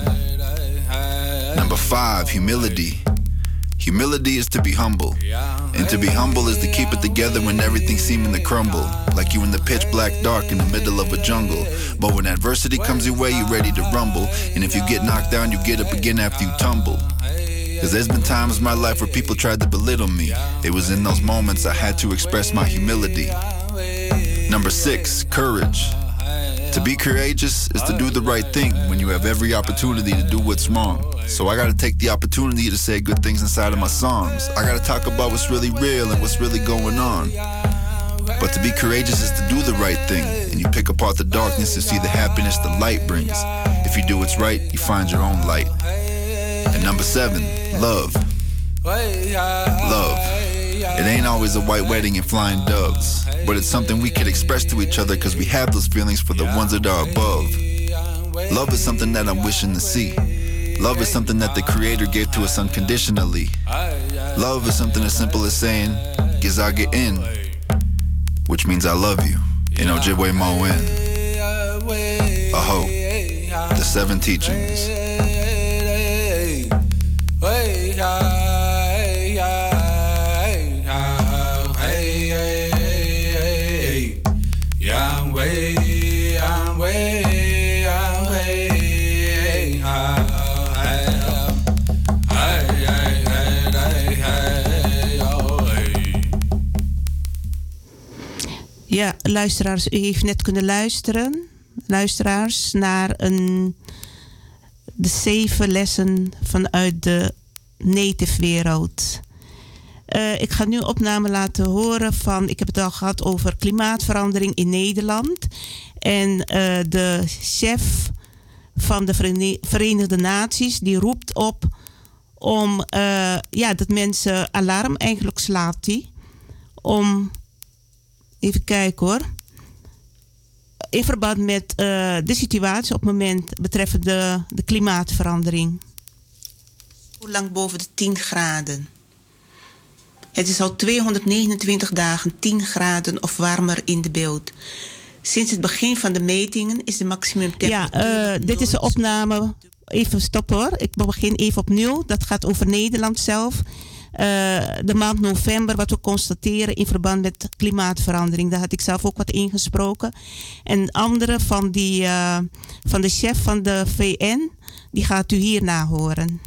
Number 5, humility. Humility is to be humble. And to be humble is to keep it together when everything's seeming to crumble. Like you in the pitch black dark in the middle of a jungle. But when adversity comes your way, you're ready to rumble. And if you get knocked down, you get up again after you tumble. Cause there's been times in my life where people tried to belittle me. It was in those moments I had to express my humility. Number 6, courage. To be courageous is to do the right thing when you have every opportunity to do what's wrong. So I gotta take the opportunity to say good things inside of my songs. I gotta talk about what's really real and what's really going on. But to be courageous is to do the right thing, and you pick apart the darkness to see the happiness the light brings. If you do what's right, you find your own light. And number 7, love. Love. It ain't always a white wedding and flying doves, but it's something we can express to each other because we have those feelings for the ones that are above. Love is something that I'm wishing to see. Love is something that the Creator gave to us unconditionally. Love is something as simple as saying, Gizage in, which means I love you. In Ojibwe Moen. Aho. The 7 teachings. Ja, luisteraars, u heeft net kunnen luisteren, luisteraars, naar de 7 lessen vanuit de native wereld. Ik ga nu opname laten horen van, ik heb het al gehad over klimaatverandering in Nederland. En de chef van de Verenigde Naties, die roept op om, dat mensen alarm eigenlijk slaat die, om... Even kijken hoor. In verband met de situatie op het moment betreffende de klimaatverandering. Hoe lang boven de 10 graden? Het is al 229 dagen 10 graden of warmer in de beeld. Sinds het begin van de metingen is de maximumtemperatuur... Ja, dit is de opname. Even stoppen hoor. Ik begin even opnieuw. Dat gaat over Nederland zelf. De maand november, wat we constateren in verband met klimaatverandering. Daar had ik zelf ook wat ingesproken. En andere van de chef van de VN, die gaat u hierna horen.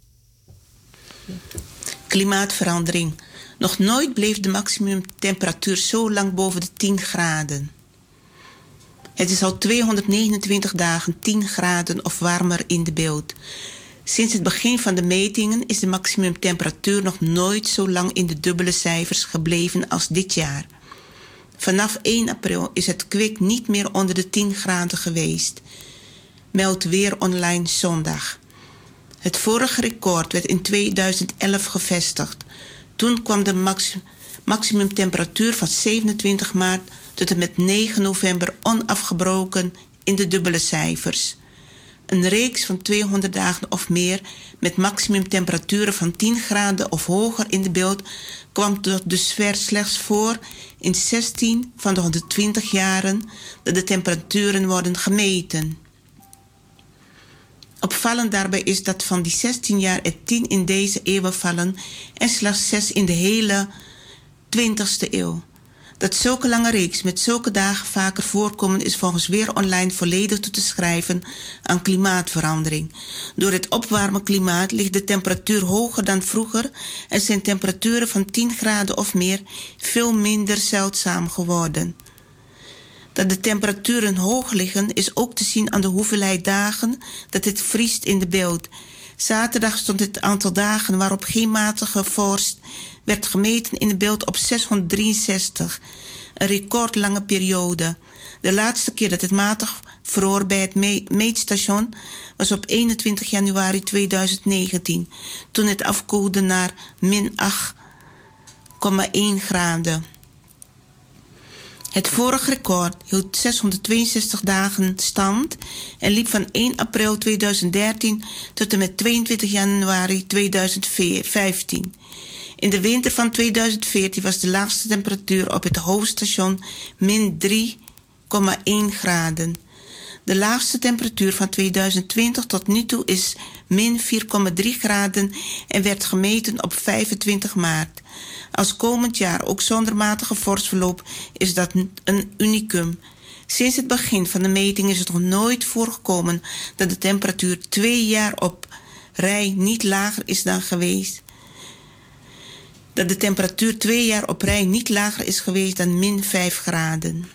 Klimaatverandering. Nog nooit bleef de maximumtemperatuur zo lang boven de 10 graden. Het is al 229 dagen 10 graden of warmer in de beeld. Sinds het begin van de metingen is de maximumtemperatuur nog nooit zo lang in de dubbele cijfers gebleven als dit jaar. Vanaf 1 april is het kwik niet meer onder de 10 graden geweest. Meldt Weer Online zondag. Het vorige record werd in 2011 gevestigd. Toen kwam de maximumtemperatuur van 27 maart tot en met 9 november onafgebroken in de dubbele cijfers. Een reeks van 200 dagen of meer met maximumtemperaturen van 10 graden of hoger in de beeld kwam tot dusver slechts voor in 16 van de 120 jaren dat de temperaturen worden gemeten. Opvallend daarbij is dat van die 16 jaar er 10 in deze eeuw vallen en slechts 6 in de hele 20e eeuw. Dat zulke lange reeks met zulke dagen vaker voorkomen is volgens Weer Online volledig toe te schrijven aan klimaatverandering. Door het opwarmen klimaat ligt de temperatuur hoger dan vroeger en zijn temperaturen van 10 graden of meer veel minder zeldzaam geworden. Dat de temperaturen hoog liggen is ook te zien aan de hoeveelheid dagen dat het vriest in de beeld. Zaterdag stond het aantal dagen waarop geen matige vorst werd gemeten in de beeld op 663. Een recordlange periode. De laatste keer dat het matig vroor bij het meetstation was op 21 januari 2019. Toen het afkoelde naar -8,1 graden. Het vorige record hield 662 dagen stand en liep van 1 april 2013 tot en met 22 januari 2015. In de winter van 2014 was de laagste temperatuur op het hoofdstation -3,1 graden. De laagste temperatuur van 2020 tot nu toe is -4,3 graden en werd gemeten op 25 maart. Als komend jaar ook zonder matige vorstverloop is dat een unicum. Sinds het begin van de meting is het nog nooit voorgekomen dat de temperatuur 2 jaar op rij niet lager is dan geweest. Dat de temperatuur 2 jaar op rij niet lager is geweest dan -5 graden.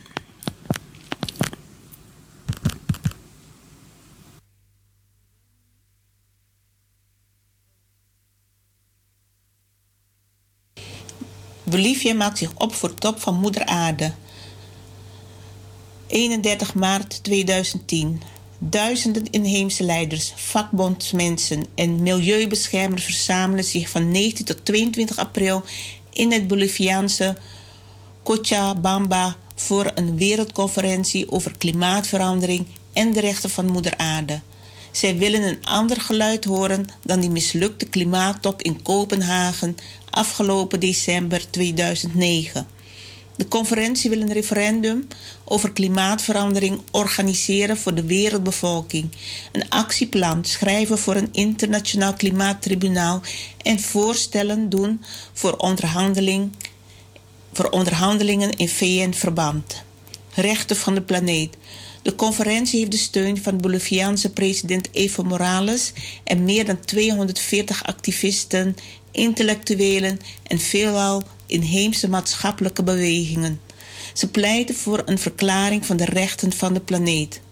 Bolivia maakt zich op voor top van Moeder Aarde. 31 maart 2010. Duizenden inheemse leiders, vakbondsmensen en milieubeschermers verzamelen zich van 19 tot 22 april in het Boliviaanse Cochabamba voor een wereldconferentie over klimaatverandering en de rechten van Moeder Aarde. Zij willen een ander geluid horen dan die mislukte klimaattop in Kopenhagen afgelopen december 2009. De conferentie wil een referendum over klimaatverandering organiseren voor de wereldbevolking, een actieplan schrijven voor een internationaal klimaattribunaal en voorstellen doen voor onderhandelingen in VN-verband. Rechten van de planeet. De conferentie heeft de steun van Boliviaanse president Evo Morales en meer dan 240 activisten, intellectuelen en veelal inheemse maatschappelijke bewegingen. Ze pleiten voor een verklaring van de rechten van de planeet.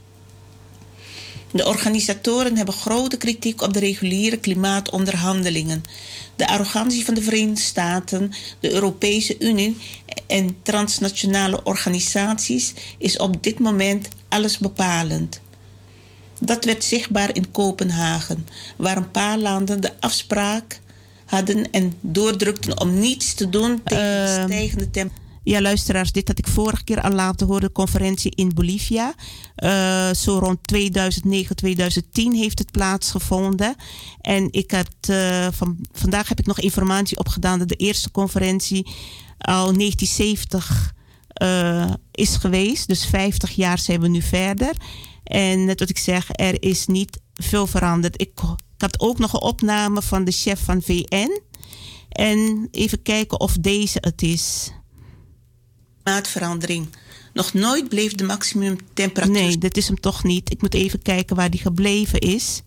De organisatoren hebben grote kritiek op de reguliere klimaatonderhandelingen. De arrogantie van de Verenigde Staten, de Europese Unie en transnationale organisaties is op dit moment allesbepalend. Dat werd zichtbaar in Kopenhagen, waar een paar landen de afspraak hadden en doordrukten om niets te doen tegen stijgende temperaturen. Ja, luisteraars, dit had ik vorige keer al laten horen. De conferentie in Bolivia. Zo rond 2009, 2010 heeft het plaatsgevonden. En ik had, vandaag heb ik nog informatie opgedaan dat de eerste conferentie al 1970 is geweest. Dus 50 jaar zijn we nu verder. En net wat ik zeg, er is niet veel veranderd. Ik had ook nog een opname van de chef van VN. En even kijken of deze het is. Klimaatverandering. Nog nooit bleef de maximumtemperatuur. Nee, dat is hem toch niet. Ik moet even kijken waar die gebleven is.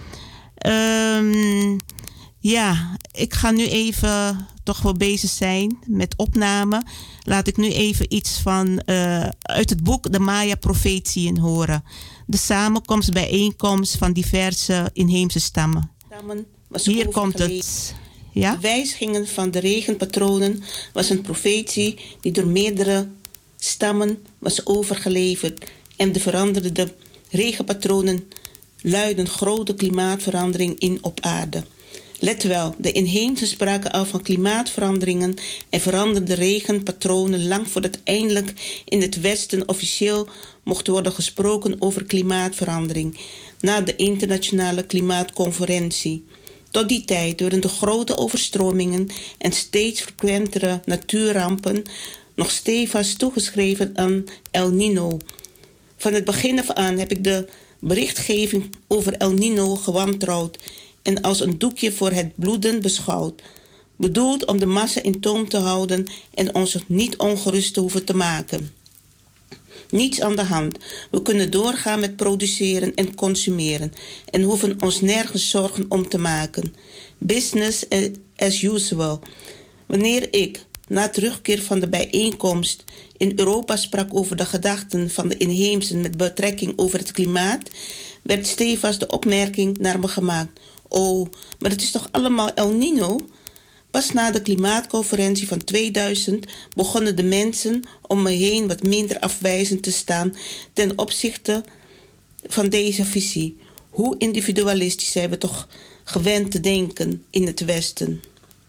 Ja, ik ga nu even toch wel bezig zijn met opname. Laat ik nu even iets van uit het boek De Maya-profetieën horen. De samenkomst, bijeenkomst van diverse inheemse stammen. Hier komt het. Ja? De wijzigingen van de regenpatronen was een profetie die door meerdere stammen was overgeleverd. En de veranderde regenpatronen luiden grote klimaatverandering in op aarde. Let wel, de inheemse spraken al van klimaatveranderingen en veranderde regenpatronen lang voordat eindelijk in het Westen officieel mocht worden gesproken over klimaatverandering na de internationale klimaatconferentie. Tot die tijd werden de grote overstromingen en steeds frequentere natuurrampen nog stevast toegeschreven aan El Niño. Van het begin af aan heb ik de berichtgeving over El Niño gewantrouwd en als een doekje voor het bloeden beschouwd. Bedoeld om de massa in toom te houden en ons niet ongerust te hoeven te maken. Niets aan de hand. We kunnen doorgaan met produceren en consumeren en hoeven ons nergens zorgen om te maken. Business as usual. Wanneer ik, na terugkeer van de bijeenkomst, in Europa sprak over de gedachten van de inheemsen met betrekking over het klimaat, werd stevast de opmerking naar me gemaakt. Oh, maar het is toch allemaal El Niño? Pas na de klimaatconferentie van 2000 begonnen de mensen om me heen wat minder afwijzend te staan ten opzichte van deze visie. Hoe individualistisch zijn we toch gewend te denken in het Westen.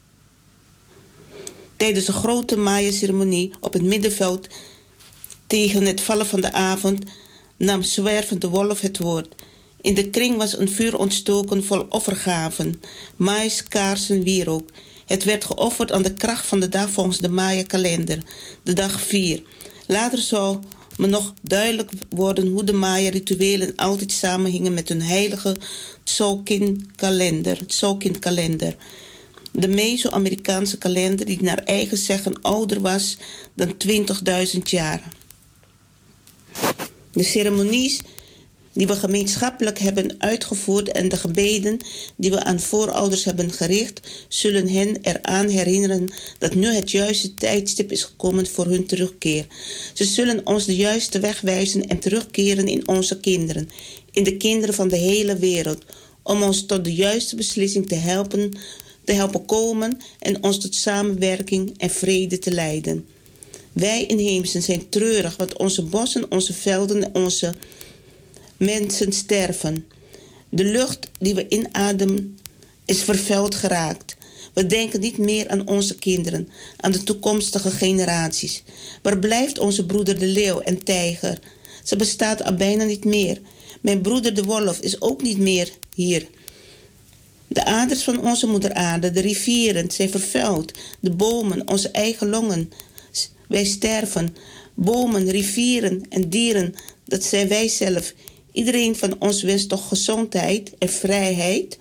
Tijdens een grote Maya-ceremonie op het middenveld tegen het vallen van de avond nam zwervende wolf het woord. In de kring was een vuur ontstoken vol offergaven, mais, kaarsen, wierook. Het werd geofferd aan de kracht van de dag volgens de Maya-kalender, de dag 4. Later zou me nog duidelijk worden hoe de Maya-rituelen altijd samenhingen met hun heilige Tzolk'in-kalender. De Meso-Amerikaanse kalender die naar eigen zeggen ouder was dan 20.000 jaar. De ceremonies die we gemeenschappelijk hebben uitgevoerd en de gebeden die we aan voorouders hebben gericht, zullen hen eraan herinneren dat nu het juiste tijdstip is gekomen voor hun terugkeer. Ze zullen ons de juiste weg wijzen en terugkeren in onze kinderen, in de kinderen van de hele wereld, om ons tot de juiste beslissing te helpen komen en ons tot samenwerking en vrede te leiden. Wij inheemsen zijn treurig, want onze bossen, onze velden en onze mensen sterven. De lucht die we inademen is vervuild geraakt. We denken niet meer aan onze kinderen, aan de toekomstige generaties. Waar blijft onze broeder de leeuw en tijger? Ze bestaat al bijna niet meer. Mijn broeder de wolf is ook niet meer hier. De aders van onze moeder aarde, de rivieren, zijn vervuild. De bomen, onze eigen longen. Wij sterven. Bomen, rivieren en dieren, dat zijn wij zelf. Iedereen van ons wenst toch gezondheid en vrijheid?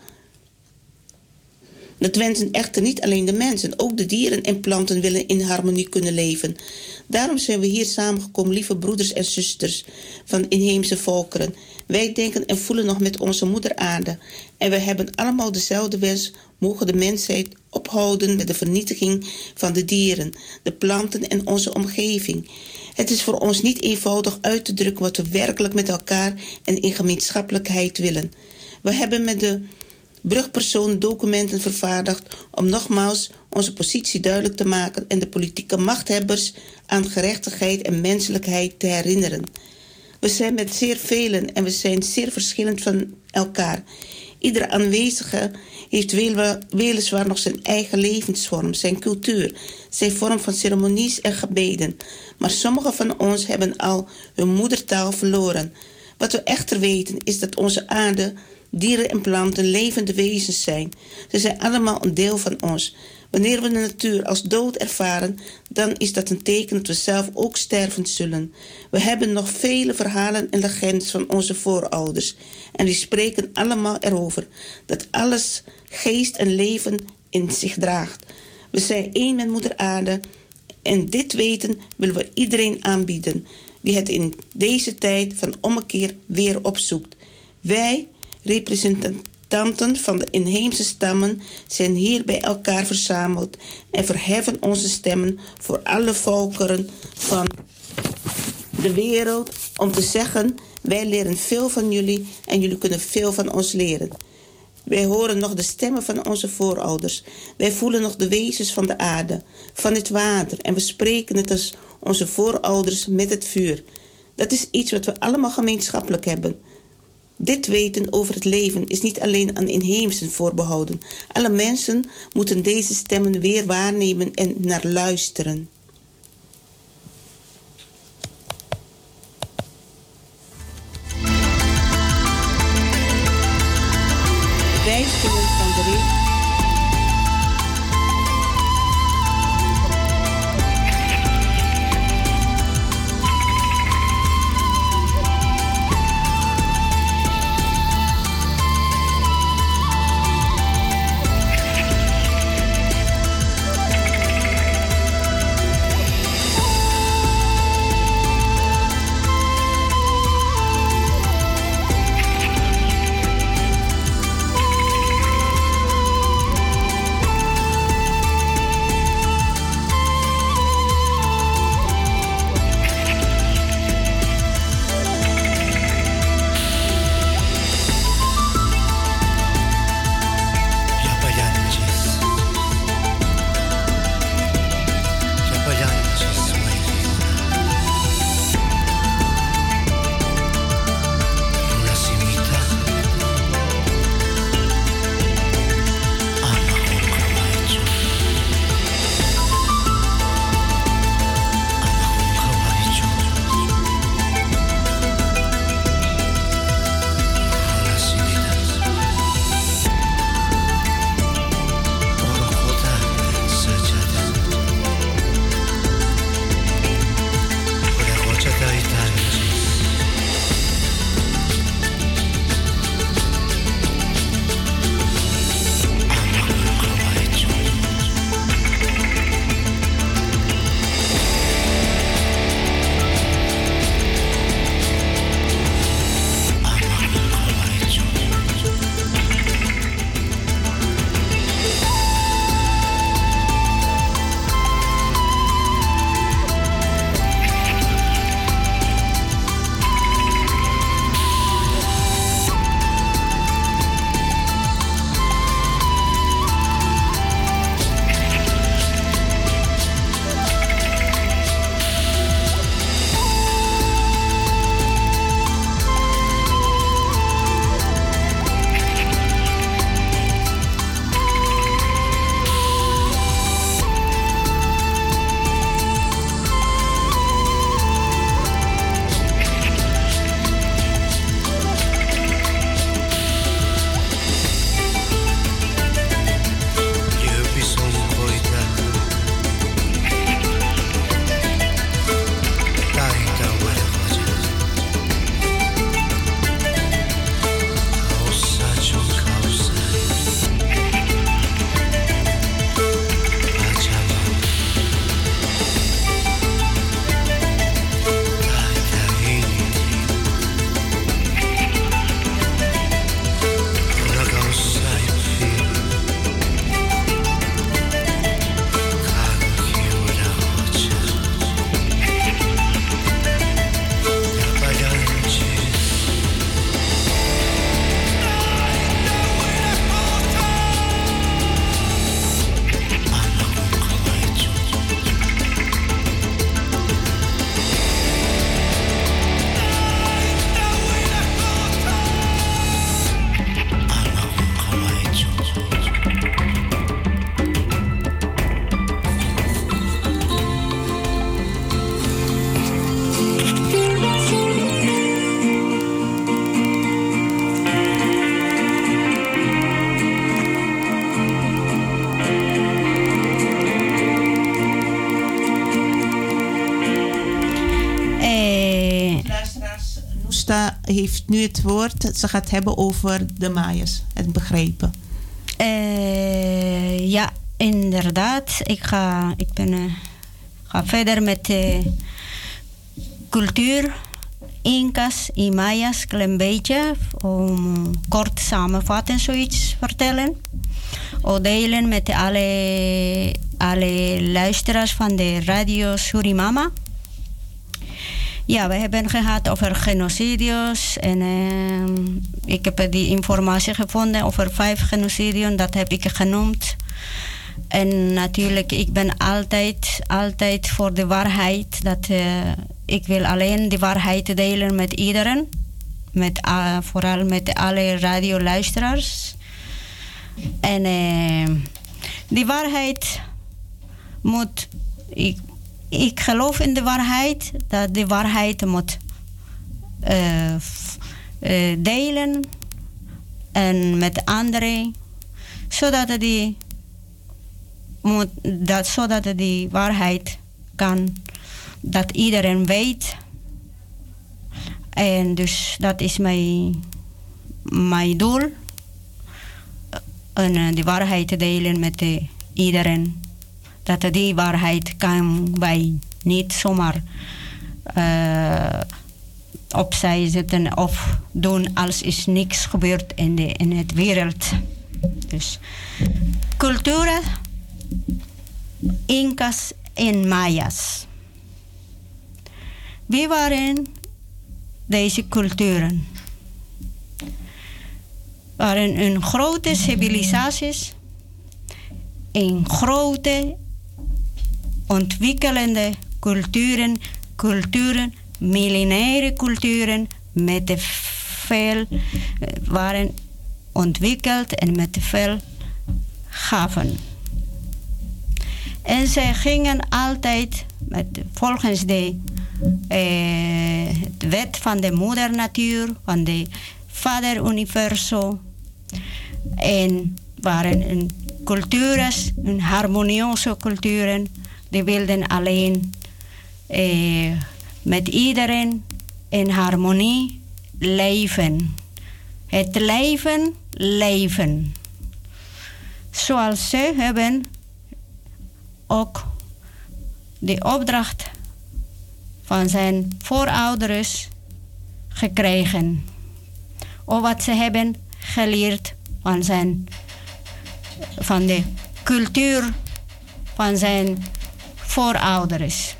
Dat wensen echter niet alleen de mensen. Ook de dieren en planten willen in harmonie kunnen leven. Daarom zijn we hier samengekomen, lieve broeders en zusters van inheemse volkeren. Wij denken en voelen nog met onze moeder aarde. En wij hebben allemaal dezelfde wens. Mogen de mensheid ophouden met de vernietiging van de dieren, de planten en onze omgeving. Het is voor ons niet eenvoudig uit te drukken wat we werkelijk met elkaar en in gemeenschappelijkheid willen. We hebben met de brugpersoon documenten vervaardigd om nogmaals onze positie duidelijk te maken en de politieke machthebbers aan gerechtigheid en menselijkheid te herinneren. We zijn met zeer velen en we zijn zeer verschillend van elkaar. Iedere aanwezige heeft weliswaar nog zijn eigen levensvorm, zijn cultuur, zijn vorm van ceremonies en gebeden. Maar sommigen van ons hebben al hun moedertaal verloren. Wat we echter weten is dat onze aarde, dieren en planten levende wezens zijn. Ze zijn allemaal een deel van ons. Wanneer we de natuur als dood ervaren, dan is dat een teken dat we zelf ook sterven zullen. We hebben nog vele verhalen en legendes van onze voorouders. En die spreken allemaal erover dat alles geest en leven in zich draagt. We zijn één met moeder aarde en dit weten willen we iedereen aanbieden die het in deze tijd van ommekeer weer opzoekt. Wij, representanten van de inheemse stammen, zijn hier bij elkaar verzameld en verheffen onze stemmen voor alle volkeren van de wereld om te zeggen: wij leren veel van jullie en jullie kunnen veel van ons leren. Wij horen nog de stemmen van onze voorouders. Wij voelen nog de wezens van de aarde, van het water en we spreken het als onze voorouders met het vuur. Dat is iets wat we allemaal gemeenschappelijk hebben. Dit weten over het leven is niet alleen aan inheemsen voorbehouden. Alle mensen moeten deze stemmen weer waarnemen en naar luisteren. Wijzigingen van de reeks. Augusta heeft nu het woord. Ze gaat hebben over de Mayas, het begrijpen. Ja, inderdaad. Ik ga verder met de cultuur. Incas en Mayas, klein beetje. Om kort samenvatten zoiets vertellen. Of delen met alle luisteraars van de Radio Surimama. Ja, we hebben gehad over genocidios. En ik heb die informatie gevonden over 5 genocidios. Dat heb ik genoemd. En natuurlijk, ik ben altijd voor de waarheid. Ik wil alleen de waarheid delen met iedereen. Vooral met alle radioluisteraars. En die waarheid moet... Ik geloof in de waarheid. Dat de waarheid moet delen. En met anderen. Zodat die waarheid kan... Dat iedereen weet. En dus dat is mijn doel. En die waarheid te delen met iedereen. Dat die waarheid kan wij niet zomaar opzij zetten of doen als is niks gebeurd in het wereld. Dus culturen, Incas en Mayas. Wie waren deze culturen? Waren een grote civilisaties, een grote ontwikkelende culturen, millenaire culturen met veel waren ontwikkeld en met veel gaven. En zij gingen altijd volgens de wet van de moeder natuur, van de vader universum. En waren een cultures, een harmonieuze culturen. Die wilden alleen met iedereen in harmonie leven. Het leven. Zoals ze hebben ook de opdracht van zijn voorouders gekregen. Of wat ze hebben geleerd van de cultuur van zijn voorouders.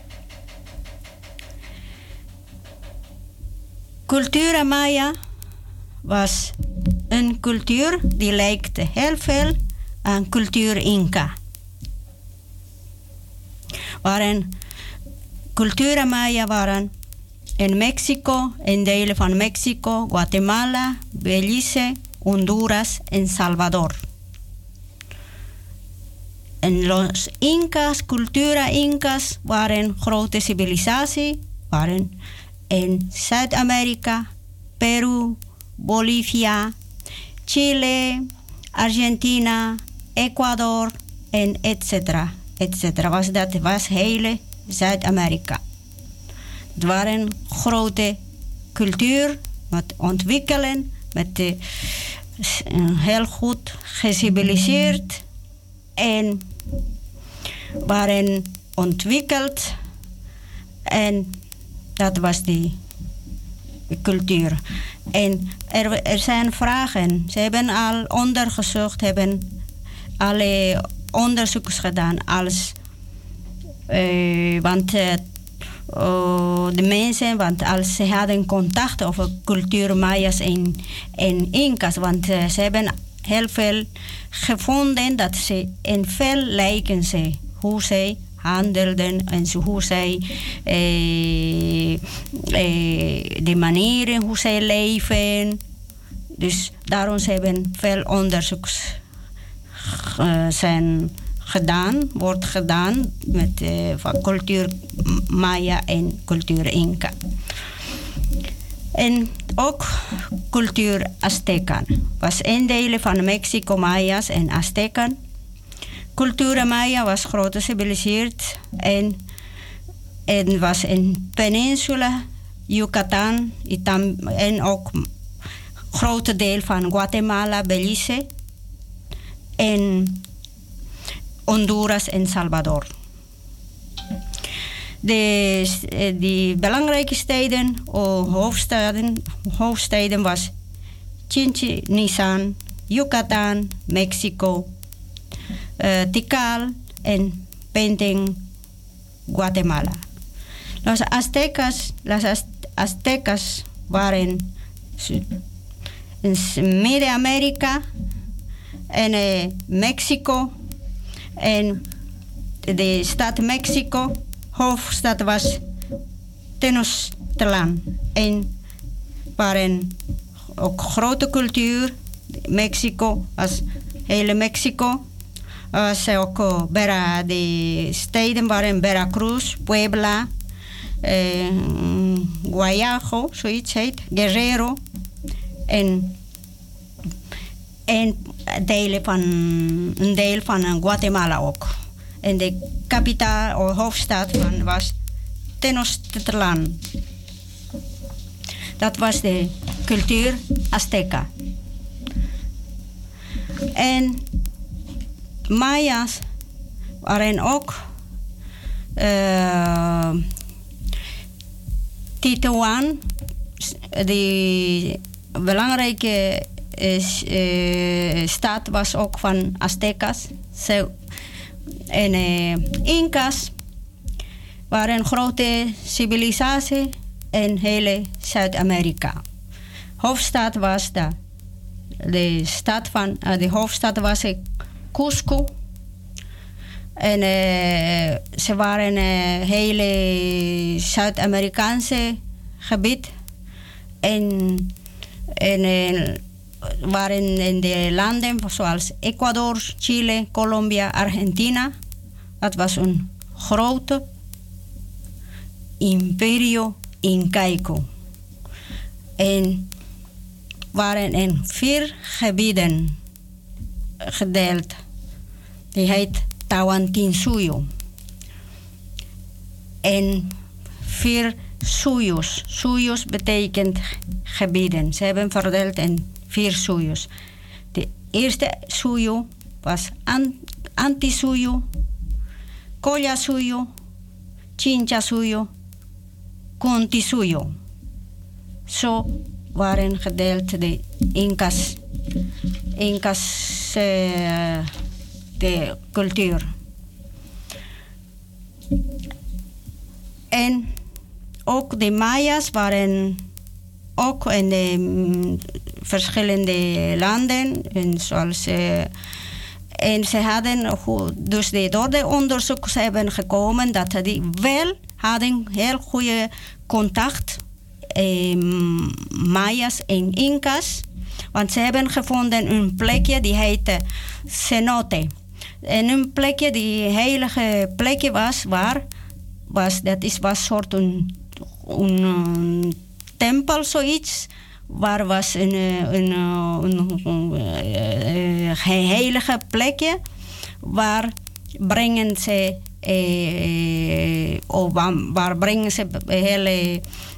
Cultuur Maya was een cultuur die lijkt heel veel aan cultuur Inca. Cultuur Maya waren in Mexico, in delen van Mexico, Guatemala, Belize, Honduras en Salvador. En los Incas, cultura Incas, waren grote civilisatie, waren in Zuid-Amerika, Peru, Bolivia, Chile, Argentina, Ecuador en etcetera. Dat was hele Zuid-Amerika. Het waren grote cultuur met ontwikkelen, met heel goed geciviliseerd en waren ontwikkeld en dat was die cultuur. En er zijn vragen. Ze hebben al onderzocht, hebben alle onderzoekers gedaan. Want de mensen, want als ze hadden contact over cultuur Mayas en Incas, want ze hebben heel veel gevonden dat ze in veel lijken ze, hoe zij handelden en hoe zij de manieren hoe zij leven. Dus daarom hebben veel onderzoek wordt gedaan met van cultuur Maya en cultuur Inca. En ook cultuur Aztecan. Was indelen van Mexico, Mayas en Aztecan. Cultuur Maya was groot geciviliseerd en was een peninsula Yucatan en ook grote deel van Guatemala, Belize en Honduras en Salvador. Die belangrijke steden of hoofdsteden was Chichen Itza, Yucatan, Mexico, Tikal en Petén, Guatemala. Los Aztecas waren in Midden-Amerika en Mexico en de stad Mexico, hoofdstad was Tenochtitlan en waren ook grote cultuur. Mexico was hele Mexico. Ook de steden waren Veracruz, Puebla, Guayaco, zoiets heet, Guerrero en een deel van Guatemala ook. En de kapitaal of hoofdstad was Tenochtitlan. Dat was de cultuur Azteca. En Maya's waren ook Titoan, die belangrijke stad was ook van Aztecas. En Incas waren een grote civilisatie in hele Zuid-Amerika. Hoofdstad was de hoofdstad was Cusco. En ze waren een hele Zuid-Amerikaanse gebied. En waren in de landen zoals Ecuador, Chile, Colombia, Argentina. Dat was een grote imperio incaico. En waren in 4 gebieden gedeeld. Die heet Tawantinsuyo. En 4 suyos. Suyos betekent gebieden. Ze hebben verdeeld in 4 suyos. De eerste suyo was Antisuyo, Collasuyo, Chinchasuyo, Contisuyo. Zo waren gedeeld de Incas. De cultuur. En ook de Maya's waren ook in de verschillende landen. En ze hadden, dus door de onderzoek hebben gekomen dat die wel hadden heel goede contact. Maya's en Incas. Want ze hebben gevonden een plekje die heette Cenote. En een plekje, die heilige plekje was een soort een tempel, zoiets. Waar was een heilige plekje. Waar brengen ze hele...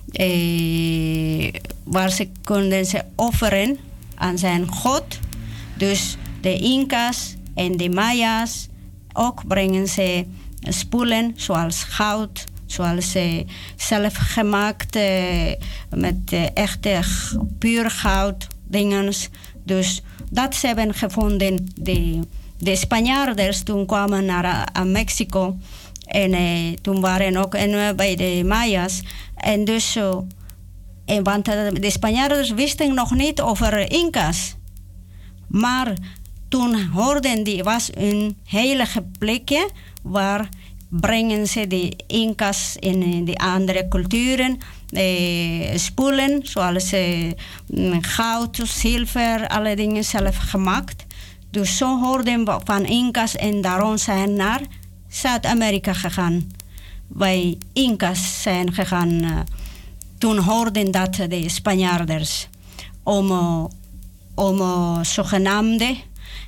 waar ze konden ze offeren aan zijn God. Dus de Incas en de Maya's ook brengen ze spullen zoals goud, zoals zelfgemaakt met echte puur goud dingen. Dus dat ze hebben gevonden. De Spanjaarders toen kwamen naar Mexico en toen waren ook bij de Maya's. En dus want de Spanjaarders wisten nog niet over Incas. Maar toen hoorden die was een heilige plekje waar brengen ze de Incas in de andere culturen spullen zoals goud, zilver, alle dingen zelf gemaakt. Dus zo hoorden we van Incas en daarom zijn naar Zuid-Amerika gegaan. Wij Incas zijn gegaan. Toen hoorden dat de Spanjaarders om zogenaamde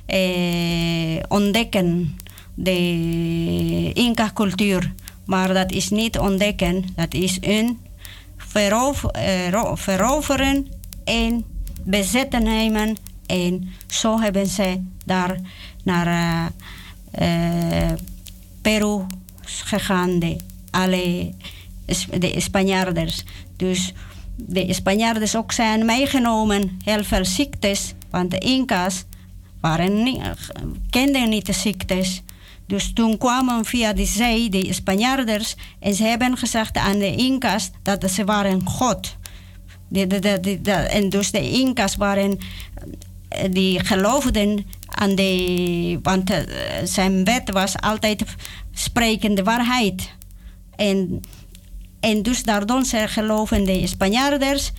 ontdekken de Inca-cultuur. Maar dat is niet ontdekken, dat is een veroveren en bezetten nemen. En zo hebben ze daar naar Peru gegaan, de Spanjaarders. Dus de Spanjaarders ook zijn meegenomen, heel veel ziektes. Want de Inca's kenden niet de ziektes. Dus toen kwamen via de zee de Spanjaarders en ze hebben gezegd aan de Inca's dat ze waren God. En dus de Inca's waren, die geloofden aan want zijn wet was altijd spreken de waarheid. En dus daardoor ze geloven de Spanjaarders.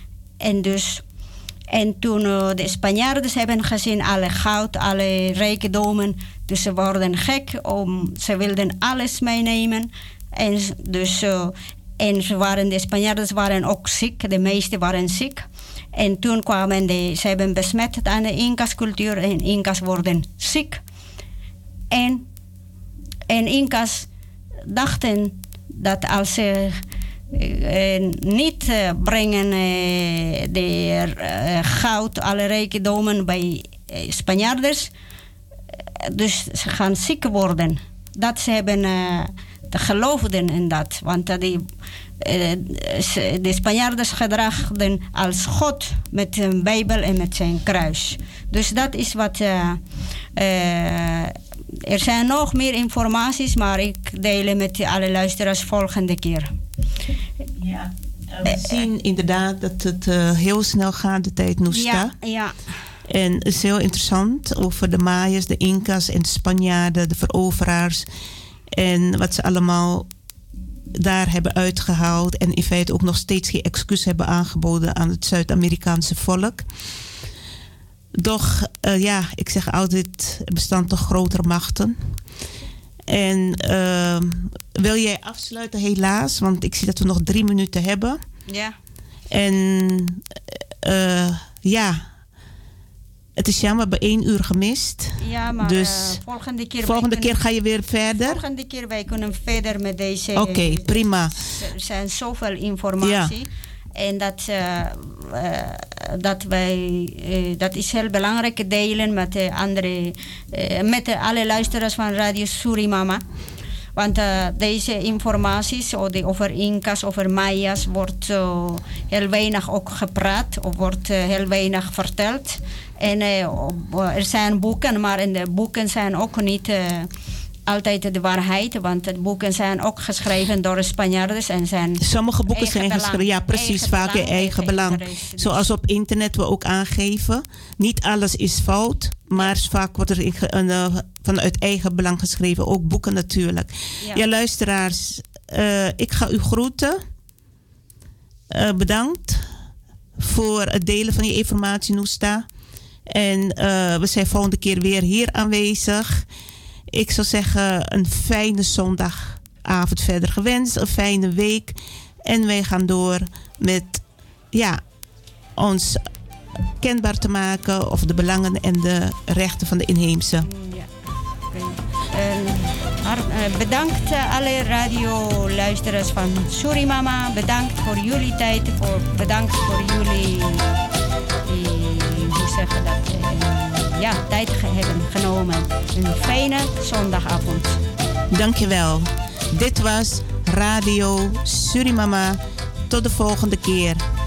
En toen de Spanjaarders hebben gezien alle goud, alle rijkdommen. Dus ze worden gek, ze wilden alles meenemen. En de Spanjaarders waren ook ziek, de meesten waren ziek. En toen kwamen ze hebben besmet aan de Inca's cultuur en Inca's worden ziek. En Inca's dachten dat als ze niet brengen de goud, alle rijkdommen bij Spanjaarders, dus ze gaan ziek worden. Dat ze hebben geloofden in dat, want de Spanjaarders gedraagden als God met een Bijbel en met zijn kruis. Dus dat is wat. Er zijn nog meer informaties, maar ik deel met alle luisteraars volgende keer. Ja, we zien inderdaad dat het heel snel gaat, de tijd Noesta. Ja. En het is heel interessant over de Mayas, de Inca's en de Spanjaarden, de veroveraars. En wat ze allemaal daar hebben uitgehaald. En in feite ook nog steeds geen excuus hebben aangeboden aan het Zuid-Amerikaanse volk. Doch, ik zeg altijd, er bestaan toch grotere machten. En wil jij afsluiten helaas? Want ik zie dat we nog 3 minuten hebben. Ja. En het is jammer, we hebben 1 uur gemist. Ja, maar dus volgende keer ga je weer verder? Volgende keer wij kunnen verder met deze. Oké, prima. Er zijn zoveel informatie. Ja. En dat is heel belangrijk delen met de andere, met alle luisteraars van Radio Surimama. Want deze informaties over Inca's, over Maya's wordt heel weinig ook gepraat of wordt heel weinig verteld. En er zijn boeken, maar in de boeken zijn ook niet altijd de waarheid, want de boeken zijn ook geschreven door Spanjaarders en zijn. Sommige boeken zijn geschreven, ja, precies, vaak in eigen belang. Zoals op internet we ook aangeven. Niet alles is fout, maar vaak wordt er vanuit eigen belang geschreven. Ook boeken natuurlijk. Ja, luisteraars, ik ga u groeten. Bedankt voor het delen van je informatie, Noesta. En we zijn volgende keer weer hier aanwezig. Ik zou zeggen, een fijne zondagavond verder gewenst. Een fijne week. En wij gaan door met ons kenbaar te maken over de belangen en de rechten van de inheemse. Ja. Bedankt alle radioluisteraars van Surimama. Bedankt voor jullie tijd. Bedankt voor jullie tijd hebben genomen. Een fijne zondagavond. Dankjewel. Dit was Radio Surimama. Tot de volgende keer.